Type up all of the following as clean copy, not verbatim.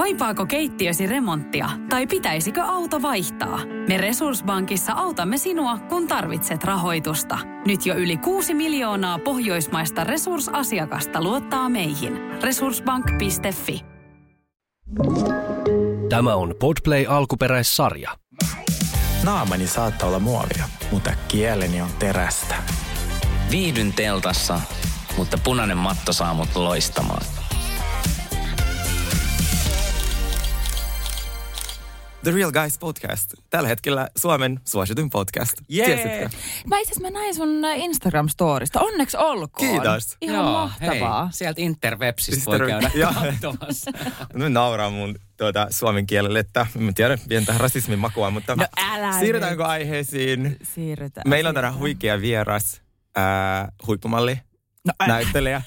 Kaipaako keittiösi remonttia tai pitäisikö auto vaihtaa? Me Resurssbankissa autamme sinua, kun tarvitset rahoitusta. Nyt jo yli 6 miljoonaa pohjoismaista resursasiakasta luottaa meihin. Resurssbank.fi. Tämä on Podplay alkuperäissarja. Naamani saattaa olla muovia, mutta kieleni on terästä. Viihdyn teltassa, mutta punainen matto saa mut loistamaan. The Real Guys podcast. Tällä hetkellä Suomen suosituin podcast. Tiesitkö? Mä itse asiassa näin sun Instagram-storista. Onneksi olkoon. Kiitos. Ihan mahtavaa. Hei, sieltä interwebsistä voi käydä katsomassa. Nyt nauraa mun suomen kielelle, että mä tiedän pientä rasismin makua, mutta siirrytäänkö aiheisiin? Siirrytään. Meillä on tänään huikea vieras, huippumalli, näyttelijä.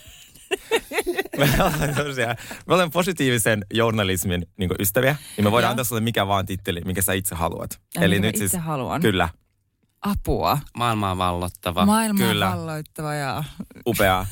Me olemme positiivisen journalismin niin ystäviä, niin me voidaan antaa sulle mikä vaan titteli, mikä sä itse haluat. Eli nyt itse haluan. Kyllä. Apua. Maailmaa vallottava. Valloittava ja... Upea.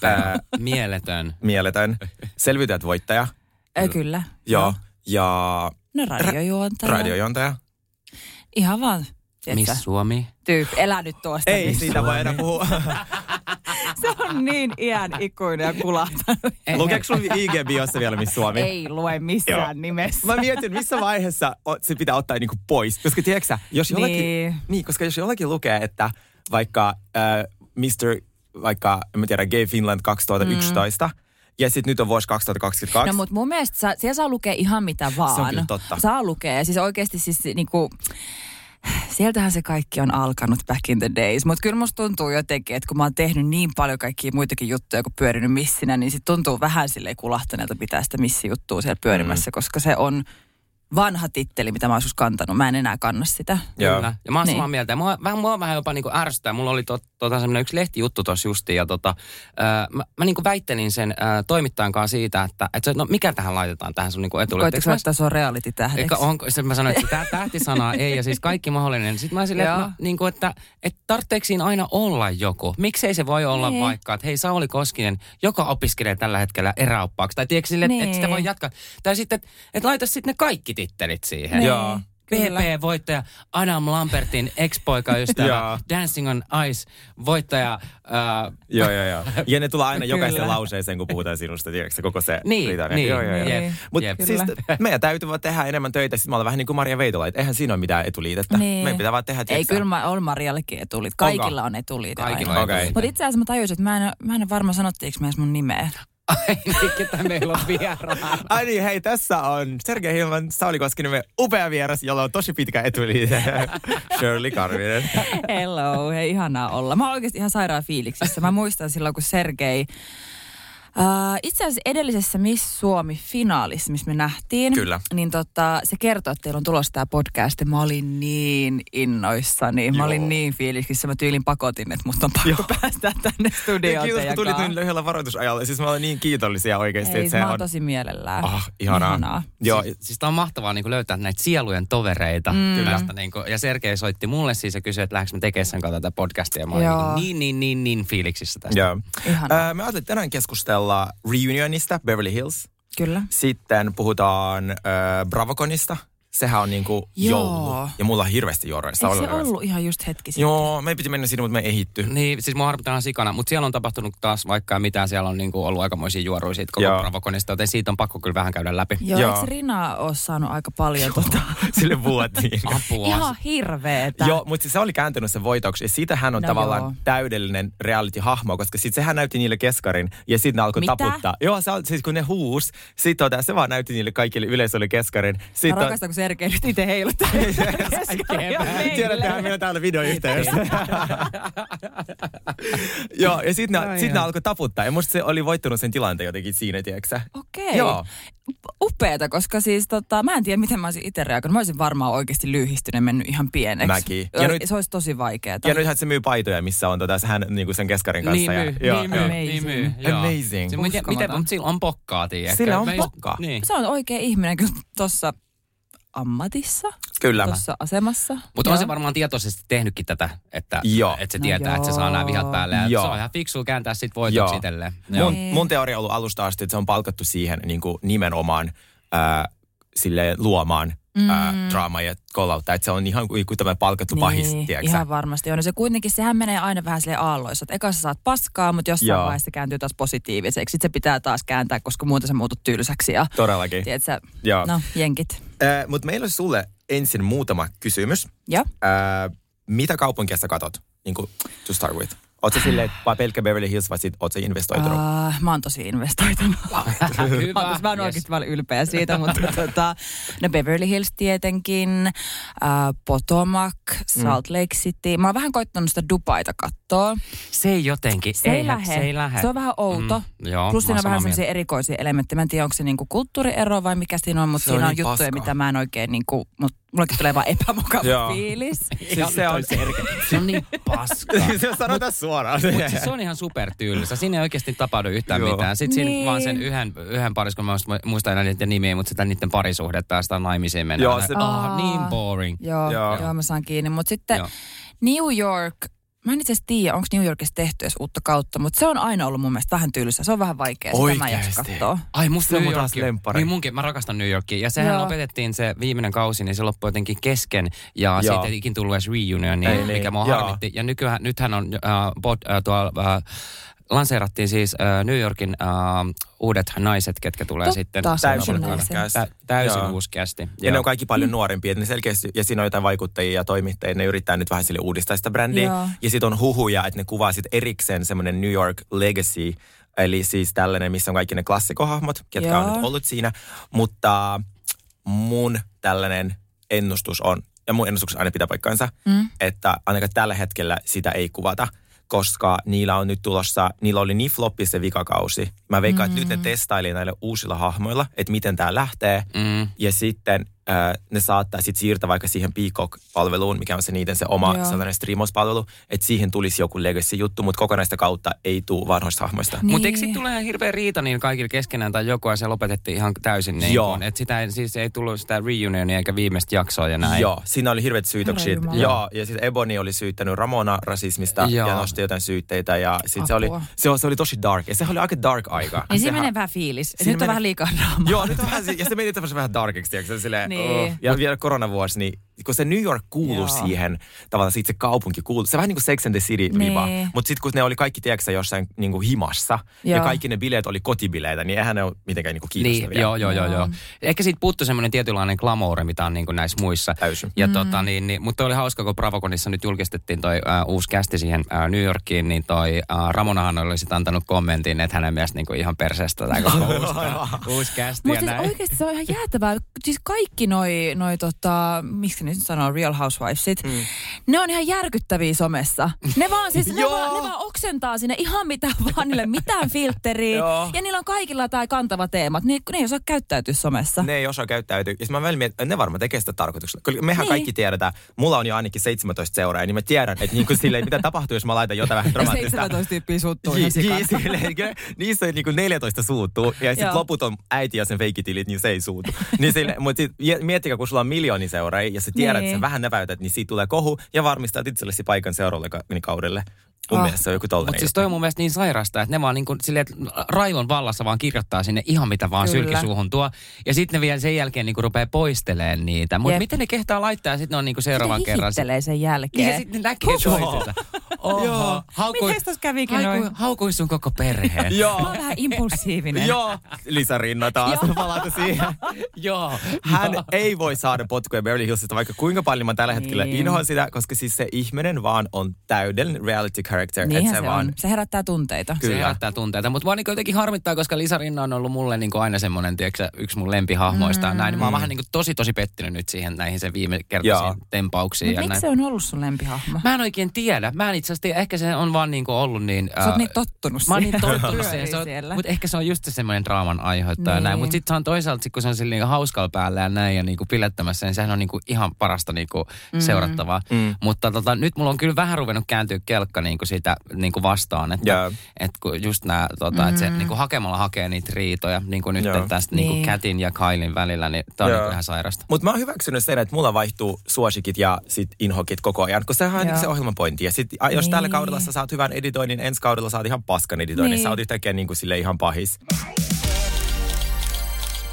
Mieletön. Selviytyjät voittaja. Kyllä. Joo. Ja... No radiojuontaja. Ihan vaan. Miss Suomi. Elä nyt tuosta. Ei siitä voi enää puhua. Se on niin iän ikuinen ja kulahtanut. Lukeeko sun IG-biossa vielä Miss Suomi? Ei lue missään nimessä. Mä mietin, missä vaiheessa se pitää ottaa niinku pois. Koska tiedätkö jos jollakin... Niin, koska jos jollakin lukee, että vaikka en mä tiedä, Gay Finland 2011... Ja sitten nyt on vuosi 2022. No mutta mun mielestä siellä saa lukea ihan mitä vaan. Se on kyllä totta. Saa lukea. Ja siis oikeasti siis niinku... Sieltähän se kaikki on alkanut back in the days. Mutta kyllä musta tuntuu jotenkin, että kun mä oon tehnyt niin paljon kaikkia muitakin juttuja kuin pyörinyt missinä, niin sit tuntuu vähän silleen kulahtaneelta pitää sitä missijuttua siellä pyörimässä, koska se on vanha titteli, mitä mä oon kantanut. Mä en enää kanna sitä. Kyllä. Ja mä oon samaa mieltä. Mua vähän jopa niinku ärsyttää. Mulla oli semmoinen yksi lehtijuttu tuossa justiin. Ja mä niinku väittelin sen toimittajan kanssa siitä, että no mikä tähän laitetaan, tähän sun niinku etulle. Koitko sä, että se on reality-tähdeksi? Sitten mä sanoin, että tämä tähtisanaa ei ja siis kaikki mahdollinen. Sitten mä silleen, että tarvitseeko siinä aina olla joku? Miksei se voi olla vaikka, että hei Sauli Koskinen, joka opiskelee tällä hetkellä eräoppaaksi. Tai tiedätkö sille, että sitä voi jatkaa. Tai sitten, että laita sitten ne kaikki tittelit siihen. Joo. PP-voittaja, Adam Lambertin ex-poikaystävä, Dancing on Ice-voittaja. Joo. Ja ne tulee aina jokaisen lauseeseen, kun puhutaan sinusta, tiedätkö koko se Britannia. Joo. Mutta siis meidän täytyy vaan tehdä enemmän töitä. Sitten mä olen vähän niin kuin Maria Veitola, että eihän siinä ole mitään etuliitettä. Meidän pitää vaan tehdä. Ei, kyllä on Mariallekin etuliit. Kaikilla on etuliite. Mutta itse asiassa mä tajusin, että mä en varmaan sanottiinko me edes mun nimeä. Ai niin, ketä meillä on vieraana. Ai niin, hei, tässä on Sergei Hilman, Sauli Koskinen, upea vieras, jolla on tosi pitkä etuliite. Shirley Karvinen. Hello, hei, ihanaa olla. Mä oon oikeasti ihan sairaan fiiliksissä. Mä muistan silloin, kun Sergei... itse asiassa edellisessä Miss Suomi-finaalissa, missä me nähtiin, niin se kertoi, että teillä on tulossa tämä podcast, ja mä olin niin innoissani. Mä olin niin fiiliksissä, mä tyylin pakotin, että musta on pakko päästä tänne studioon. Kiitos, kun tulit nyt lyhyellä varoitusajalla. Siis mä olen niin kiitollisia oikeasti. Ei, mä oon tosi mielellään. Ihanaa. Joo. Siis tää on mahtavaa niin löytää näitä sielujen tovereita. Tästä, niin kuin, ja Sergei soitti mulle siis ja kysyi, että lähdekö me tekemään sen kanssa tätä podcastia. Mä olin niin fiiliksissä tästä. Joo. Me ajattelin tänään keskustella Reunionista, Beverly Hills. Kyllä. Sitten puhutaan Bravoconista. Sehän on niinku joulu. Ja mulla on hirveästi juoreista. Eikö se ollut ihan just hetki sitten? Joo, me piti mennä sinne, mutta me ei ehitty. Niin, siis mua harmitaan sikana. Mutta siellä on tapahtunut taas vaikka mitään. Siellä on niinku ollut aikamoisia juoruja siitä koko Bravoconista. Joten siitä on pakko kyllä vähän käydä läpi. Joo. Eikö Rina ole saanut aika paljon Sille vuotiin. Apua. Ihan hirveetä. Joo, mutta se oli kääntynyt sen voitoksi. Ja siitä hän on tavallaan täydellinen reality-hahmo, koska sitten sehän näytti niille keskarin. Ja sitten ne alkoi taputtaa. Joo, siis kun ne huus, sitten se vaan näytti niille kaikille yleisölle keskarin. Mä rakastan, kun Sergei nyt itse heiluttaa. Tiedättehän, meillä on täällä videoyhteydessä. Joo, ja sitten ne alkoi taputtaa. Ja musta se oli voittanut sen tilanteen jotenkin siinä, tiedätkö? Okei. Joo. Upeeta, koska siis mä en tiedä, miten mä olisin itse reagoinut. Mä olisin varmaan oikeasti lyhistyneen mennyt ihan pieneksi. Mäkin. Se olisi tosi vaikeaa. Ja nythän se myy paitoja, missä on hän niinku sen keskarin kanssa. Niin myy. Amazing. Mutta sillä on pokkaa, tiedätkö? Sillä on pokkaa. Niin. Se on oikea ihminen kyllä tossa ammatissa. Kyllä. Tuossa asemassa. Mutta on se varmaan tietoisesti tehnytkin tätä, että se tietää, että se saa nämä vihat päälle. Ja se on ihan fiksua kääntää sitten voitoksi itselleen. Mun teoria on ollut alusta asti, että se on palkattu siihen niin kuin nimenomaan silleen luomaan draamaa ja call-outtaa, että se on ihan kuin tämmöinen palkattu pahis, tiedätkö? Ihan varmasti on. Se kuitenkin, sehän menee aina vähän silleen aalloissa, että eka sä saat paskaa, mutta jossain vaiheessa se kääntyy taas positiiviseksi. Sitten se pitää taas kääntää, koska muuten sä muutut tylsäksi. Ja, todellakin. Tiedätkö, no, jenkit. Mutta meillä olisi sulle ensin muutama kysymys. Joo. Mitä kaupunkia sä katot, niin kuin to start with? Ootko silleen, että pelkkä Beverly Hills vai sit ootko investoitunut? Mä oon tosi investoitunut. Hyvä. Mä oon oikeasti paljon ylpeä siitä, mutta no Beverly Hills tietenkin, Potomac, Salt Lake City. Mä oon vähän koittanut sitä Dubaita katsoa. Se ei jotenkin, se ei lähe. Se on vähän outo. Plus siinä on vähän sellaisia erikoisia elementtejä. Mä en tiedä, onko se niinku kulttuuriero vai mikä siinä on, mutta siinä on juttuja, paskaa. Mitä mä en oikein niinku, mullekin tulee vaan epämukava fiilis. Siis se on niin paskaa. Se sanotaan suoraan. Mutta siis se on ihan supertyylisä. Siinä ei oikeasti tapahdu yhtään mitään. Sitten siinä vaan sen yhden pariskunnan, mä muistan enää niiden nimiä, mutta sitä niiden parisuhdetta ja sitä naimisiin mennään. Joo, se niin boring. Joo, mä saan kiinni. Mutta sitten New York, mä en itse asiassa tiedä, onko New Yorkissa tehty edes uutta kautta, mutta se on aina ollut mun mielestä vähän tylsä. Se on vähän vaikea, sitä mä en jaksa katsoa. Ai musta New York niin mä rakastan New Yorkia. Ja sehän lopetettiin se viimeinen kausi, niin se loppui jotenkin kesken. Ja siitä ei ikin tullut edes reunion, mikä mua harmitti. Ja nythän on tuolla lanseerattiin siis New Yorkin uudet naiset, ketkä tulee sitten. Täysin uusi kästi. Ja ne on kaikki paljon nuorempia. Ne selkeästi, ja siinä on jotain vaikuttajia ja toimittajia. Ne yrittää nyt vähän sille uudistaa sitä brändiä. Joo. Ja sitten on huhuja, että ne kuvaa sitten erikseen semmoinen New York Legacy. Eli siis tällainen, missä on kaikki ne klassikohahmot, ketkä on nyt ollut siinä. Mutta mun tällainen ennustus on, ja mun ennustus aina pitää paikkaansa, että ainakaan tällä hetkellä sitä ei kuvata. Koska niillä on nyt tulossa, niillä oli niin floppi se vikakausi. Mä veikkaan, että nyt ne testaili näillä uusilla hahmoilla, että miten tää lähtee. Ja sitten ne saattaa sitten siirtää vaikka siihen Peacock-palveluun, mikä on se niiden se oma sellainen striimauspalvelu, että siihen tulisi joku legacy-juttu, mutta kokonaista kautta ei tule vanhoista hahmoista. Niin. Mutta eikö sitten tule ihan hirveä riita niin kaikille keskenään tai joku, ja se lopetettiin ihan täysin niin kuin, että sitä ei tullut sitä reunionia eikä viimeistä jaksoa ja näin. Joo, siinä oli hirveät syytökset. Joo, ja sitten Ebony oli syyttänyt Ramona rasismista ja nosti jotain syytteitä ja sitten se oli tosi dark. Ja se oli aika dark aika. Niin siinä menee vähän fiilis. Nyt on vähän liikaa draamaa. Joo, nyt on vähän, ja se meni vähän darkiksi, ja vielä koronavuosi, niin kun se New York kuuluu siihen, tavallaan siitä se kaupunki kuuluu. Se vähän niin kuin Sex and the City-viba. Mutta sitten kun ne oli kaikki, tiedätkö, jossain niin kuin himassa, ja kaikki ne bileet oli kotibileitä, niin eihän ne ole mitenkään niin kuin kiinnostavia. Joo. Ehkä siitä puuttui semmoinen tietynlainen glamour, mitä on niin kuin näissä muissa. Täysin. Ja mutta oli hauska, kun Bravoconissa nyt julkistettiin toi uusi kästi siihen New Yorkiin, niin toi Ramonahan oli sitten antanut kommentin, että hänen mielestä niin kuin ihan perseestä tämä koko uusi kästi. Mutta siis oikeasti se on ihan jäätävää. Siis kaikki miksi ne nyt sanoo Real Housewivesit, ne on ihan järkyttäviä somessa. Ne vaan oksentaa sinne ihan mitään vaan, niille mitään filtteriä. Ja niillä on kaikilla tai kantava teemat. Ne ei osaa käyttäytyä somessa. Ne ei osaa käyttäytyä. Ja mä välillä ne varmaan tekee sitä tarkoituksella. Mehän kaikki tiedetään, mulla on jo ainakin 17 seuraajaa, niin mä tiedän, että niin kuin silleen, mitä tapahtuu, jos mä laitan jotain vähän dramaattista. 17 tyyppiä suuttuu ihan sikana. Niissä on niin kuin 14 suuttuu. Ja sitten loput on äiti ja sen feikitilit, niin se ei suutu. Mutta miettikää, kun sulla on miljoonia seuraajia ja sä tiedät, että sä vähän näpäytät, niin siitä tulee kohu ja varmistat itsellesi paikan seuraavalle kaudelle. Mun mielestä se on joku tollainen. Mutta siis toi on mun mielestä niin sairasta, että ne vaan niin kuin silleen, että raivon vallassa vaan kirjoittaa sinne ihan mitä vaan sylkisuuhun tuo. Ja sitten ne vielä sen jälkeen niin kuin rupeaa poistelemaan niitä. Mutta miten ne kehtaa laittaa ja sitten ne on niin kuin seuraavan kerran. Sitten ne sen jälkeen. Ja sitten ne näkee toisilta. Joo. Miten tos kävikin noin? Haukuis sun koko perheen. Joo. Mä oon vähän impulsiivinen. Joo. Lisa Rinna taas palata siihen. Joo. Hän ei voi saada potkuja Beverly Hillsista, vaikka kuinka paljon mä tällä hetkellä inhoan sitä, koska siis se ihminen vaan on täydellinen reality character. Niinhän se on. Se herättää tunteita. Kyllä. Se herättää tunteita, mutta vaan niin jotenkin harmittaa, koska Lisa Rinna on ollut mulle niin aina semmoinen, tiedätkö, yksi mun lempihahmoista ja näin. Mä oon vähän niin tosi pettynyt nyt siihen näihin sen viime kertaisiin tempauksiin. Mutta miksi se on ollut sun lempihahmo? Mä en oikein tiedä. Mä en itse asiassa tiedä. Ehkä se on vaan niin ollut niin... Sä oot niin tottunut siihen. Mä oon niin tottunut siihen. Mutta ehkä se on just se semmoinen draaman aiheuttaja näin. Mutta sitten se on toisaalta, kun se on sillä hauskalla päällä ja näin ja niin pilettämässä, niin sehän on niin ihan parasta niin seurattavaa. Mutta nyt mulla on kyllä vähän ruvennut kääntyä kelkka niin sitä niin vastaan, että kun just nämä, että se niin hakemalla hakee niitä riitoja, niin kuin nyt tästä niin Catin ja Kylin välillä, niin tämä on niin ihan sairasta. Mutta mä oon hyväksynyt sen, että mulla vaihtuu suosikit ja sit inhokit koko ajan, kun sehän on niin se ohjelman pointti. Ja sit jos tällä kaudella sä saat hyvän editoinnin, ensi kaudella saat ihan paskan editoinnin, sä oot yhtäkkiä niin kuin sille ihan pahis.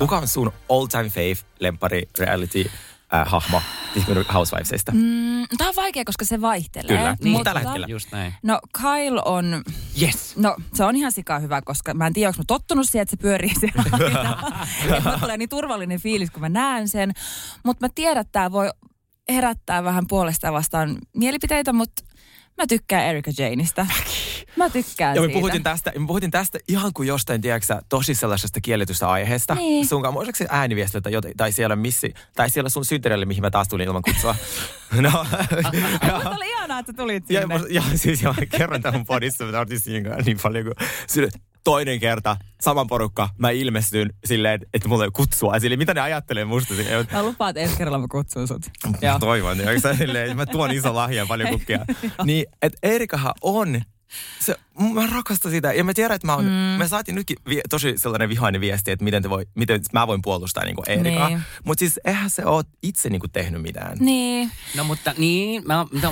Kuka on sun all time fave lempari reality hahmo Housewivesista? Tämä on vaikea, koska se vaihtelee. Kyllä, niin tällä hetkellä. Just näin. No Kyle on... Yes. No se on ihan sikaa hyvä, koska mä en tiedä, onko mä tottunut siihen, että se pyörii siellä aina. Mulle tulee niin turvallinen fiilis, kun mä näen sen. Mutta mä tiedän, että tämä voi herättää vähän puolesta vastaan mielipiteitä, mutta mä tykkään Erika Jayneista. Mä tykkään siitä. Me puhuttiin tästä ihan kuin jostain, tiedätkö tosi sellaisesta kielletystä aiheesta. Niin. Sunkaan, oliko se ääniviestiltä tai siellä sun synttärille, mihin mä taas tulin ilman kutsua. No. Mutta oli ihanaa, että tulit sinne. Ja siis kerron tämän podissa, että artistin kanssa niin paljon kuin... Toinen kerta, saman porukka, mä ilmestyn silleen, että mulla ei kutsua. Silleen, mitä ne ajattelee musta? Mä lupaan, että ensi kerralla mä kutsun sut. Toivon, silleen, mä tuon ison lahjan paljon kukkia. Niin, että Erikahan on... Mä rakastan sitä. Ja mä tiedän, että me saatiin nytkin tosi sellainen vihainen viesti, että miten mä voin puolustaa niin kuin Erikaa. Niin. Mutta siis eihän se ole itse niin kuin tehnyt mitään. Niin. No mutta niin,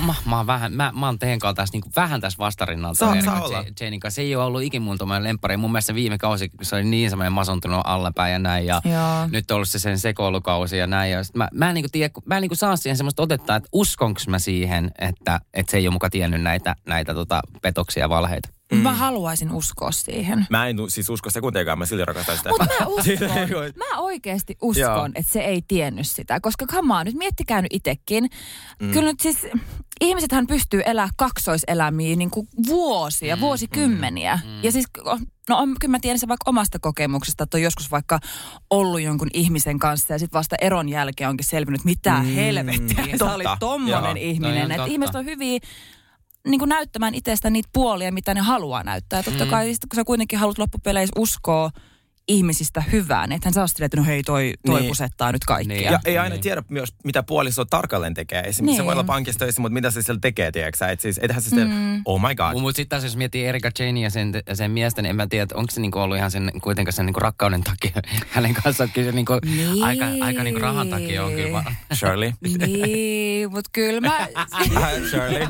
mä oon teidän kaltaisi niin vähän tässä vastarinnalta. Janein kanssa. Se ei ole ollut ikin mun tommoinen lemppari. Mun mielestä viime kausi se oli niin semmoinen masontunut allapäin ja näin. Ja nyt on ollut se sen sekoilukausi ja näin. Ja mä en niin saa siihen semmoista otetta, että uskonko mä siihen, että se ei ole muka tiennyt näitä petoksia ja valheita. Mä haluaisin uskoa siihen. Mä en siis usko sekuntiakaan, mä silti rakastan sitä. Mutta mä oikeasti uskon, että se ei tiennyt sitä. Koska kamaa, nyt miettikää nyt itsekin. Kyllä nyt siis ihmisethän pystyy elämään kaksoiselämiä niin kuin vuosia, vuosikymmeniä. Ja siis, kyllä mä tiedän sen vaikka omasta kokemuksesta, että on joskus vaikka ollut jonkun ihmisen kanssa ja sitten vasta eron jälkeen onkin selvinnyt, mitä helvettiä. Sä olit tommonen ihminen. Että ihmiset on hyviä niin kuin näyttämään itsestä niitä puolia, mitä ne haluaa näyttää. Ja totta kai, kun sä kuitenkin haluat loppupeleissä uskoa ihmisistä hyvään, niin ethän sä ole silleen, että no hei, toi kusettaa nyt kaikkia. Niin. Ja ei aina tiedä myös, mitä puoliso tarkalleen tekee. Esimerkiksi se voi olla pankistöissä, mutta mitä se siellä tekee, tiedätkö? Että siis, ethän se sitten, oh my god. Mutta sitten taas, jos miettii Erika Jayneä ja sen miestä, niin en mä tiedä, että onko se niinku ollut ihan kuitenkaan sen niinku rakkauden takia hänen kanssaan. Kyllä se niinku, aika niinku rahan takia on kyllä. Shirley. Niin, mutta kyllä mä... Shirley.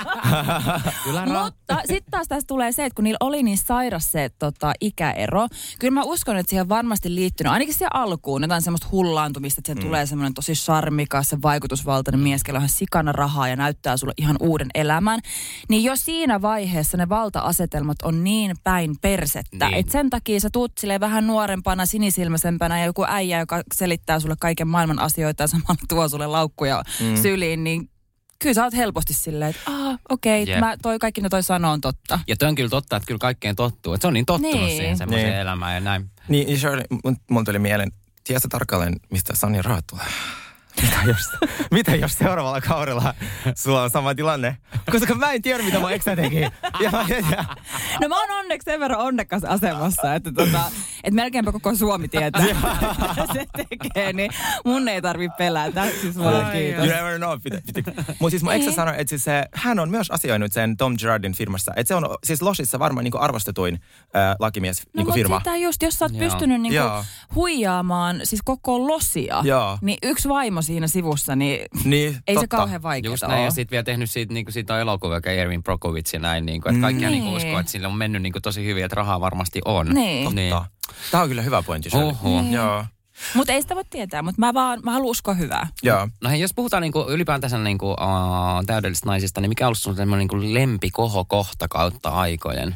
Mutta sitten taas tässä tulee se, että kun niillä oli niin sairas se ikäero, kyllä mä uskon, että siihen on varmasti liittynyt, ainakin siihen alkuun, jotain semmoista hullaantumista, että siihen tulee semmoinen tosi charmikas, se vaikutusvaltainen mies, jolla on sikana rahaa ja näyttää sulle ihan uuden elämän. Niin jo siinä vaiheessa ne valta-asetelmat on niin päin persettä, että sen takia sä tuut silleen vähän nuorempana, sinisilmäisempänä ja joku äijä, joka selittää sulle kaiken maailman asioita ja samalla tuo sulle laukkuja syliin, niin kyllä sä oot helposti silleen, että okei, kaikki toi sanoo on totta. Ja toi on kyllä totta, että kyllä kaikkeen tottuu. Että se on niin tottunut siihen semmoiseen elämään ja näin. Niin, Shirley, mun tuli mieleen, tiedätkö tarkalleen, mistä Sanni rahat tulee? Mitä jos seuraavalla kaudella sulla on sama tilanne? Koska mä en tiedä, mitä mun eksä teki. No mä oon onneksi sen verran onnekkaassa asemassa, että melkeinpä koko Suomi tietää, mitä se tekee, niin mun ei tarvitse pelätä. Siis kiitos. You never know. Mutta siis mun eksä sanoi, että siis hän on myös asioinut sen Tom Girardin firmassa. Että se on siis Loshissa varmaan niinku arvostetuin lakimies niinku firma. No mutta sitä just, jos sä oot pystynyt niinku huijaamaan siis koko Losia, niin yksi vaimo siinä sivussa, niin ei se kauhean vaikeaa. Just näin, ja sitten vielä tehnyt siitä on elokuvia, joka Erin Brockovich ja näin, niin kuin, että kaikkia niin uskoo, että sillä on mennyt niin kuin tosi hyvin, että rahaa varmasti on. Niin. Tämä on kyllä hyvä pointti. Joo. Mutta ei sitä voi tietää, mutta mä haluan uskoa hyvää. Joo. No hei, jos puhutaan niinku ylipäätänsä niinku, täydellisistä naisista, niin mikä on ollut sun semmoinen niinku lempikohokohta kautta aikojen?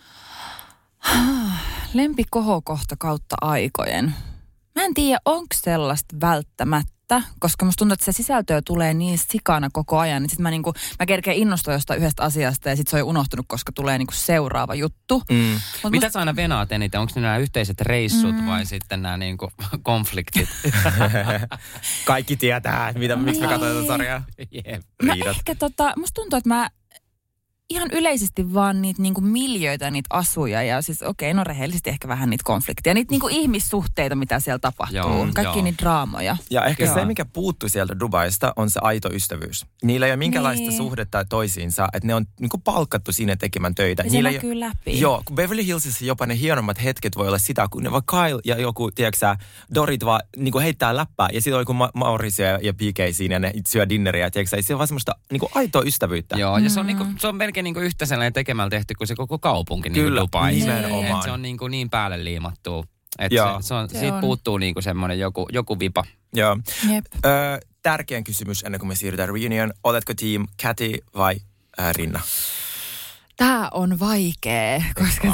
Lempikohokohta kautta aikojen. Mä en tiedä, onko sellaista välttämättä, koska musta tuntuu, että se sisältöä tulee niin sikana koko ajan. Sitten mä kerkeen innostua jostain yhdestä asiasta ja sitten se on jo unohtunut, koska tulee niinku seuraava juttu. Mitä sä aina venaat eniten? Onko ne nämä yhteiset reissut vai sitten nämä niinku konfliktit? Kaikki tietää, miksi me katsotaan tätä sarjaa. No ehkä musta tuntuu, että mä ihan yleisesti vaan niitä niinku miljöitä, niitä asuja ja siis no rehellisesti ehkä vähän niitä konflikteja, niitä niinku ihmissuhteita, mitä siellä tapahtuu. Kaikki niitä draamoja. Ja ehkä se, mikä puuttuu sieltä Dubaista, on se aito ystävyys. Niillä ei ole minkälaista suhdetta toisiinsa, että ne on niinku palkattu siinä tekemään töitä. Ja se näkyy läpi. Joo, kun Beverly Hillsissä jopa ne hienommat hetket voi olla sitä, kun ne vaan Kyle ja joku, tiedätkö Dorit vaan niinku heittää läppää ja sitten on joku Mauricio ja PK siinä ja ne syö dinneriä, tiedätkö se on vaan semmoista niinku aitoa ystävyyttä. Joo, ja se on melkein niinku yhtä sellainen tekemällä tehty kuin se koko kaupunki. Kyllä, niin Dubai. nimenomaan. Se on niin päälle liimattu Että siitä puuttuu niinku semmoinen joku vipa. Joo. Tärkein kysymys ennen kuin me siirrytään reunion. Oletko team Kathy vai Rinna? Tää on vaikea, koska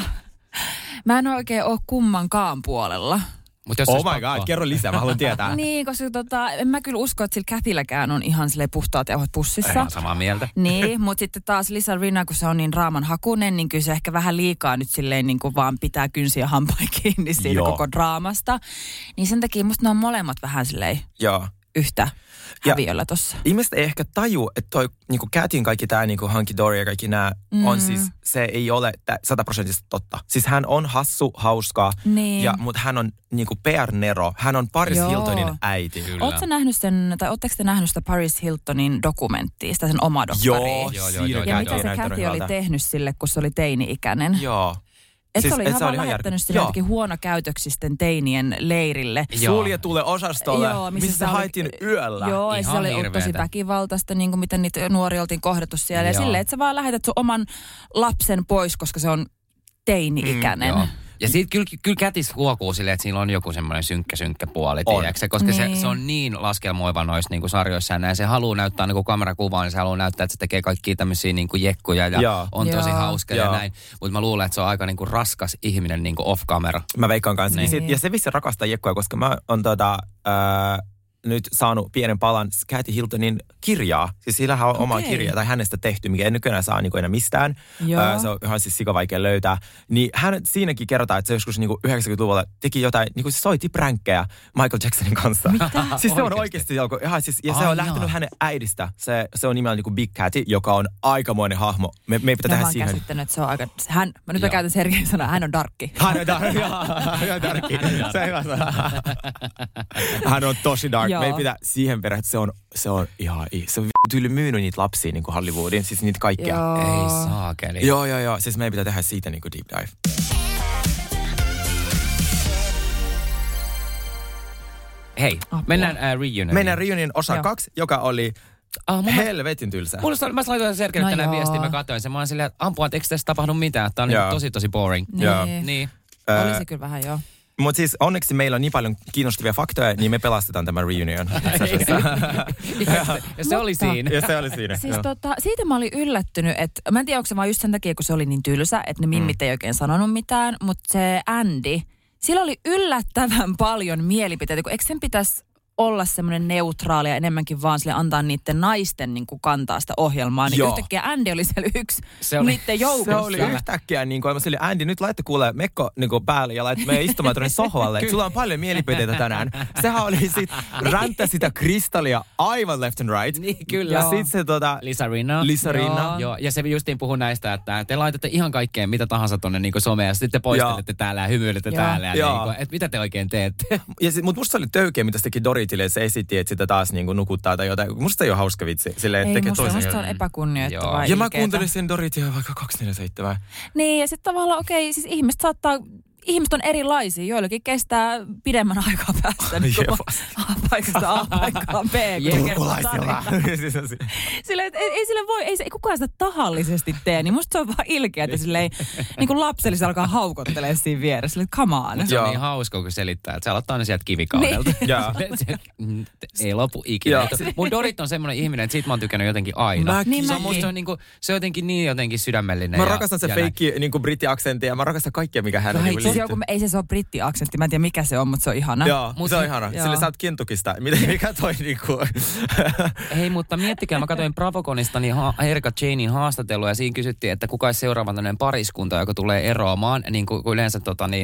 mä en oikein ole kummankaan puolella. Oh my god, kerro lisää, mä haluan tietää. Niin, koska en mä kyllä usko, että sillä Kathylläkään on ihan silleen puhtaat jauhot pussissa. Ihan samaa mieltä. Niin, mutta sitten taas Lisa Rinna, kun se on niin draamanhakunen, niin kyllä se ehkä vähän liikaa nyt silleen niin kuin vaan pitää kynsiä hampain kiinni siitä koko draamasta. Niin sen takia musta ne on molemmat vähän silleen yhtä häviöllä tossa. Ihmiset ei ehkä taju, että toi niinku Kathyn kaikki tää niinku Hunky Dory ja kaikki nää on siis, se ei ole 100% totta. Siis hän on hassu, hauskaa, mutta hän on niinku PR-nero. Hän on Paris Hiltonin äiti. Ootteko te nähnyt sitä Paris Hiltonin dokumenttia, sitä sen oma dokkari? Joo. Ja mitä se Kathy oli tehnyt sille, kun se oli teini-ikäinen? Joo. Että se oli ihan vaan lähettänyt sille jotenkin huonokäytöksisten teinien leirille. Suljetulle osastolle, missä se haettiin yöllä. Joo, ja se oli ollut tosi väkivaltaista, niin kuin miten niitä nuoria oltiin kohdattu siellä. Ja silleen, että sä vaan lähetät sun oman lapsen pois, koska se on teini-ikäinen. Ja siitä kyllä Kätis huokuu silleen, että siinä on joku semmoinen synkkä puoli, tiedätkö? Koska se on niin laskelmoiva noissa niinku sarjoissa ja näin. Se haluaa näyttää niinku kamerakuvaa, niin se haluaa näyttää, että se tekee kaikkia tämmöisiä niinku jekkuja ja on tosi hauska ja näin. Mutta mä luulen, että se on aika niinku raskas ihminen niinku off-camera. Mä veikkaan kanssa. Niin. Ja se vissi rakastaa jekkuja, koska mä oon nyt saanut pienen palan Kathy Hiltonin kirjaa. Siis sillähän on oma kirja tai hänestä tehty, mikä ei nykyään saa niinku enää mistään. Se on ihan siis vaikea löytää. Niin hän siinäkin kerrotaan, että se joskus niinku 90-luvulla teki jotain, niinku se soitti pränkkejä Michael Jacksonin kanssa. Mitä? Siis se on oikeasti joku, ja se on lähtenyt hänen äidistä. Se on nimellä niinku Big Cathy, joka on aikamoinen hahmo. Me ei pitää tehdä siihen. Mä oon käsittänyt, että se on aika, mä käytän Sergein sanaa, hän on darkki. Hän on darkki. Se on hyvä sana. Hän on tosi dark. Me ei pitää siihen perään, että se on ihan, se on tyyli myynyt niitä lapsia niin kuin Hollywoodin, siis niitä kaikkia. Ei saakeli. Joo. Siis me ei pitää tehdä siitä niin kuin deep dive. Hei, mennään reunioniin. Mennään reunion osa 2, joka oli helvetin tylsä. Mä laitoin Sergeille tänään viestiä, mä katsoin sen. Mä oon silleen, että eikö tässä tapahdu mitään? Tää on tosi boring. Niin. Oli se kyllä vähän Mutta siis onneksi meillä on niin paljon kiinnostavia faktoja, niin me pelastetaan tämän reunion. Ja se oli siinä. Siis siitä mä olin yllättynyt, että mä en tiedä, onko se vaan just sen takia, kun se oli niin tylsä, että ne mimmit ei oikein sanonut mitään, mutta se Andy, sillä oli yllättävän paljon mielipiteitä, kun eikö sen pitäisi olla semmoinen neutraali ja enemmänkin vaan sille antaa niiden naisten niin kuin kantaa sitä ohjelmaa. Niin yhtäkkiä Andy oli siellä yksi niiden joukossa. Se oli yhtäkkiä niin kuin, mä Andy, nyt laitte kuule mekko niin kuin päälle ja laitte meidän istumaan tuonne sohvalle. Sulla on paljon mielipiteitä tänään. Sehän oli sit räntä sitä kristallia aivan left and right. Niin, kyllä. Ja sit se Lisa Rinna. Joo. Ja se justiin puhui näistä, että te laitatte ihan kaikkeen mitä tahansa tuonne niin someen ja sitten te poistelette täällä ja hymyilette täällä. Ja niin että mitä te oikein teette? Mutta musta se oli töykeä, mitä se teki Dorit. Se esitti, että sitä taas niinku nukuttaa tai jotain. Musta ei ole hauska vitsi. Silleen, ei, musta on epäkunnioittavaa. Ja mä kuuntelin sen Doritia vaikka 247. Niin, ja sitten tavallaan siis ihmiset on erilaisia. Joillakin kestää pidemmän aikaa päästä paikasta A paikkaan B. Turkulaisilla. Silleen, ei kukaan sitä tahallisesti tee, niin musta se on vaan ilkeä, että silleen niin kuin lapsellisesti alkaa haukottelemaan siinä vieressä. Silleen, come on. Se on niin hauska, kun selittää, että sä aloittaa aina sieltä kivikaudelta. Ei lopu ikinä. Mun Dorit on semmoinen ihminen, että siitä mä oon tykännyt jotenkin aina. Se on jotenkin sydämellinen. Mä rakastan se feikki niin britti-aksentti ja mä rakastan kaikkea, mikä hän on. Ei se ole britti-aksentti, mä en tiedä mikä se on, mutta se on ihana. Joo, se on ihana. Sille sä oot Kentuckista. Mikä toi niinku? Hei, mutta miettikää, mä katsoin Bravoconista niin Erika Janein haastattelua ja siinä kysyttiin, että kuka olisi seuraava tämmöinen pariskunta, joka tulee eroamaan. Niin kuin yleensä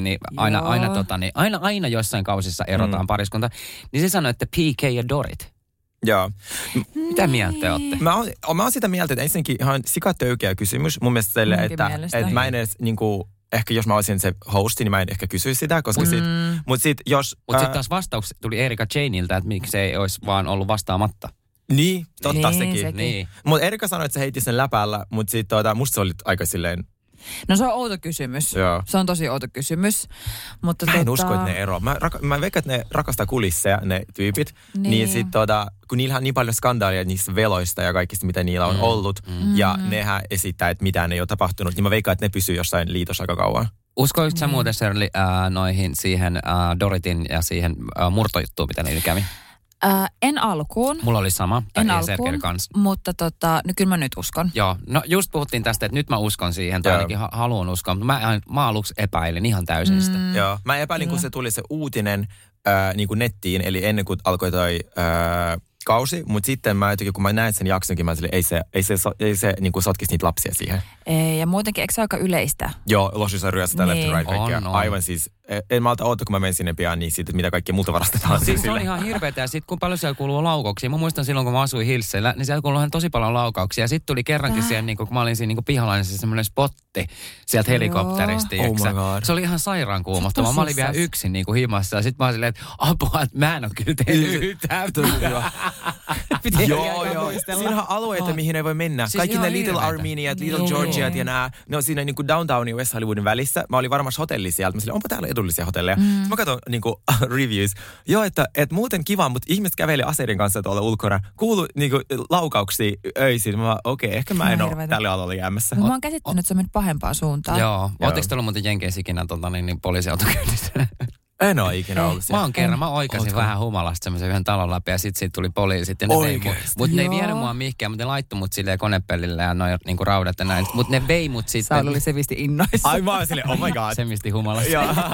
aina jossain kausissa erotaan pariskunta. Niin se sanoi, että PK ja Dorit. Joo. Mitä mieltä te olette? Mä oon sitä mieltä, että ensinnäkin ihan sikatöykeä kysymys. Mun mielestä sille, että mä en edes niinku... Ehkä jos mä olisin se hosti, niin mä en ehkä kysyisi sitä, koska Mutta sitten taas vastaus tuli Erika Janeilta, että miksi se ei olisi vaan ollut vastaamatta. Niin, totta sekin. Niin. Mutta Erika sanoi, että se heitti sen läpällä, mutta sitten musta se oli aika silleen... No se on outo kysymys. Joo. Se on tosi outo kysymys. Mutta mä en usko, että ne eroaa. Mä veikkaan, että ne rakastaa kulisseja, ne tyypit. Niin sitten kun niillä on niin paljon skandaalia niistä veloista ja kaikista, mitä niillä on ollut. Ja nehän esittää, että mitään ei ole tapahtunut. Niin mä veikkaan, että ne pysyy jossain liitossa aika kauan. Uskoitko sä muuten, Shirley, noihin siihen Doritin ja siihen murtojuttuun, mitä niillä kävi? En alkuun. Mulla oli sama. En alkuun, mutta kyllä mä nyt uskon. Joo, no just puhuttiin tästä, että nyt mä uskon siihen, tai ainakin haluan uskoa, mutta mä aluksi epäilin ihan täysin sitä. Joo, mä epäilin, kun se tuli se uutinen niin kuin nettiin, eli ennen kuin alkoi toi kausi, mutta sitten mä jotenkin, kun mä näin sen jaksonkin, mä sanoin, ei se niin kuin sotkisi niitä lapsia siihen. Ei, ja muutenkin, eikö se aika yleistä? Joo, Lossissa ryöstetään left and right. Aivan siis, en malta odottaa, kun mä menen sinne pian, niin siitä, mitä kaikkea muuta varastetaan. Siis se on ihan hirveetä, ja sitten kun paljon siellä kuuluu laukauksia. Mä muistan silloin, kun mä asuin Hillsillä, niin siellä kuului tosi paljon laukauksia. Ja sitten tuli kerrankin siihen, niin kun mä olin siinä niin pihalla, niin se semmoinen spotti sieltä helikopterista. Oh my God. Se oli ihan sairaan kuumottava. Mä olin vielä yksin niin kuin himassa, ja sitten mä olin silleen, että apua, että mä en ole kyllä tehnyt yhtään. Joo. Siinä on alueita, mihin ei voi mennä. Siis kaikki ne Little Armeniat, Little Georgiat ja nämä, ne on siinä niin kuin Downtown ja West Hollywoodin välissä. Mä olin varmasti hotelli sieltä. Mä sanoin, onpa täällä edullisia hotelleja. Mä katson niin kuin reviews. Joo, että muuten kiva, mutta ihmiset kävelee aseiden kanssa tuolla ulkona. Kuuluu niin kuin laukauksia öisin. Mä okei, ehkä mä en ole tälle alalle jäämässä. Mä oon käsittänyt, että se on mennyt pahempaan suuntaan. Joo. Ootteko te ollut muuten Jenkeissä ikinä poliisiautokäynnissä? En ole ikinä ollut siellä. Mä oikasin vähän humalasta semmoisen yhden talon läpi ja sitten siitä tuli poliisit. Mutta ne ei vienyt mua mihinkään, mutta ne laittoi mut silleen konepellille ja noin niinku raudat ja näin. Mutta ne vei mut sitten. Sauli oli sevisti innoissa. Ai mä oon silleen, oh my god. Sevisti humalasta.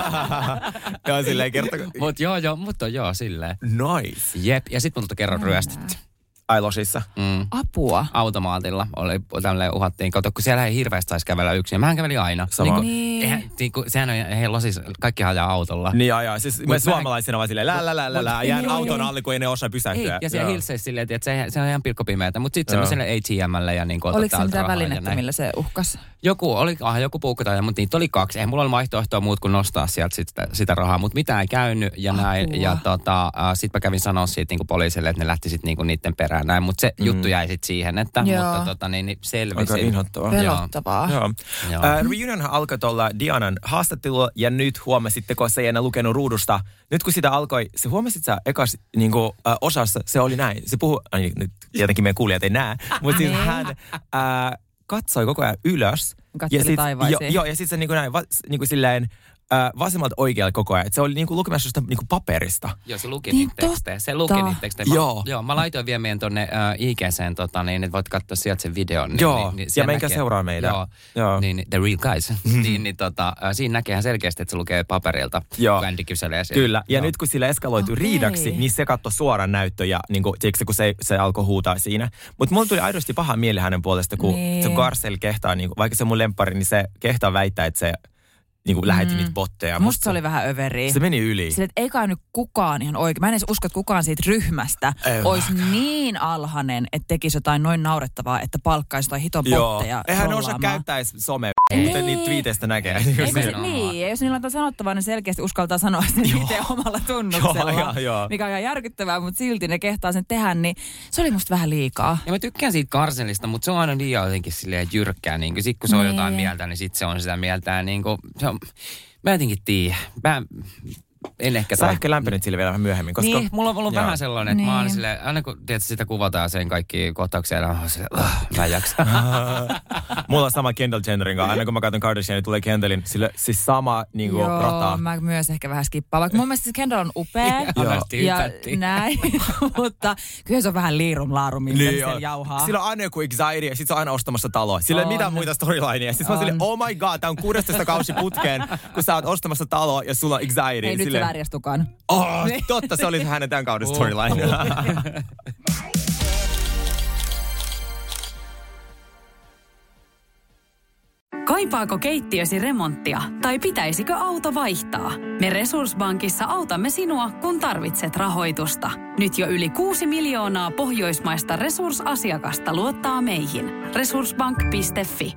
Joo, silleen kertoo. Mutta joo, silleen. Nice. Jep, ja sitten multa kerran ryöstetty. Ai Lossissa. Apua. Automaatilla oli tälleen uhattiin. Kato, kun siellä ei hirveästi saisi kävellä yksin. Ja mähän kävelin aina. Sama. Sehän on, Lossissa kaikki ajaa autolla. Niin ajaa. Siis me suomalaisina vaan silleen, jään auton alle, kun ei ne osaa pysähtyä. Ei, ja siellä Hillseissä silleen, että se on ihan pilkkopimeätä. Mutta sitten semmoiselle ATM:lle ja niin oliko se mitään välinettä, millä se uhkas? Joku puukotaja, mutta niitä oli 2. Eihän mulla oli vaihtoehtoa muut kuin nostaa sieltä sitä rahaa. Mutta mitään ei käynyt ja näin. Ja sit mä kävin sanoa siitä niin poliisille, että ne lähti sitten niin niiden perään. Näin, mutta se juttu jäi sitten siihen, että niin selvisi. Aika inhottavaa. Pelottavaa. Joo. Reunionhan alkoi tuolla Dianan haastattelua ja nyt huomasitteko, se ei enää lukenut ruudusta. Nyt kun sitä alkoi, se huomasit sä ekas niinku, osassa, se oli näin. Se puhui, nyt tietenkin meidän kuulijat ei näe, mutta siis hän katsoi koko ajan ylös. Katseli taivaisiin. Joo, ja sitten se niinku näin, niinku silleen, vasemmalta oikealle koko ajan. Et se oli niinku lukemassa jostain niinku paperista. Joo, se luki niitä tekstejä. Se luki niitä tekstejä. Joo, mä laitoin vielä meidän tonne IG:seen, niin että voit katsoa sieltä sen videon. Joo, ja menkää seuraa meidän. Joo. Niin, The Real Guys. Siinä näkeehän selkeästi, että se lukee paperilta, kun Andy kyselee sieltä. Kyllä, ja nyt kun sillä eskaloitui riidaksi, niin se katsoi suoran näyttö ja niinku, kun se alkoi huutaa siinä. Mutta mulla tuli aidosti paha mieli hänen puolesta, kun se Garcelle kehtaa, niinku, vaikka se on mun lemppari, niin se kehtaa väittää, että se niinku lähetti niitä botteja. Musta se oli vähän överi. Se meni yli. Sille, että ei kai nyt kukaan ihan oikein. Mä en edes usko, että kukaan siitä ryhmästä olisi niin alhainen, että tekisi jotain noin naurettavaa, että palkkaisi jotain hiton botteja. Eihän ne osaa käyttää some, mutta niitä twiiteistä näkee. Niin, jos niillä on sanottavaa, niin selkeästi uskaltaa sanoa sen itse omalla tunnuksella. Mikä on ihan järkyttävää, mutta silti ne kehtaa sen tehdä, niin se oli musta vähän liikaa. Ja mä tykkään siitä Garcellesta, mutta se on aina liian jotenkin silleen jyrkkää. Niin sit kun se on jotain mieltä, niin sit se on sitä mieltä. Niin mä jotenkin tiedä. En ehkä sä ehkä lämpenyt sille vielä vähän myöhemmin, koska... Niin, mulla on ollut vähän sellainen, että mä olin silleen, aina kun tietysti sitä kuvataan sen kaikki kohtauksia, mä en jaksa. Mulla on sama Kendall Jennerin kanssa. Aina kun mä katson Kardashian, niin tulee Kendallin sille siis sama niinku rata. Joo, mä myös ehkä vähän skippaan. Vaikka mun mielestä Kendall on upea. Ja näin, mutta kyllä se on vähän liirum-laarum, mitä siellä jauhaa. Sillä on aina joku anxiety ja sit se on aina ostamassa taloa. Sillä ei mitään muita storylineja. Sitten mä oon silleen, oh my god, tää on 16 kausi putkeen, kun sä oot ostamassa taloa ja sulla on anxiety. Ei nyt se värjästukaan. Totta, se oli hänen tämän kauden storyline. Kaipaako keittiösi remonttia tai pitäisikö auto vaihtaa? Me Resurssbankissa autamme sinua, kun tarvitset rahoitusta. Nyt jo yli 6 miljoonaa pohjoismaista resursasiakasta luottaa meihin. Resurssbank.fi.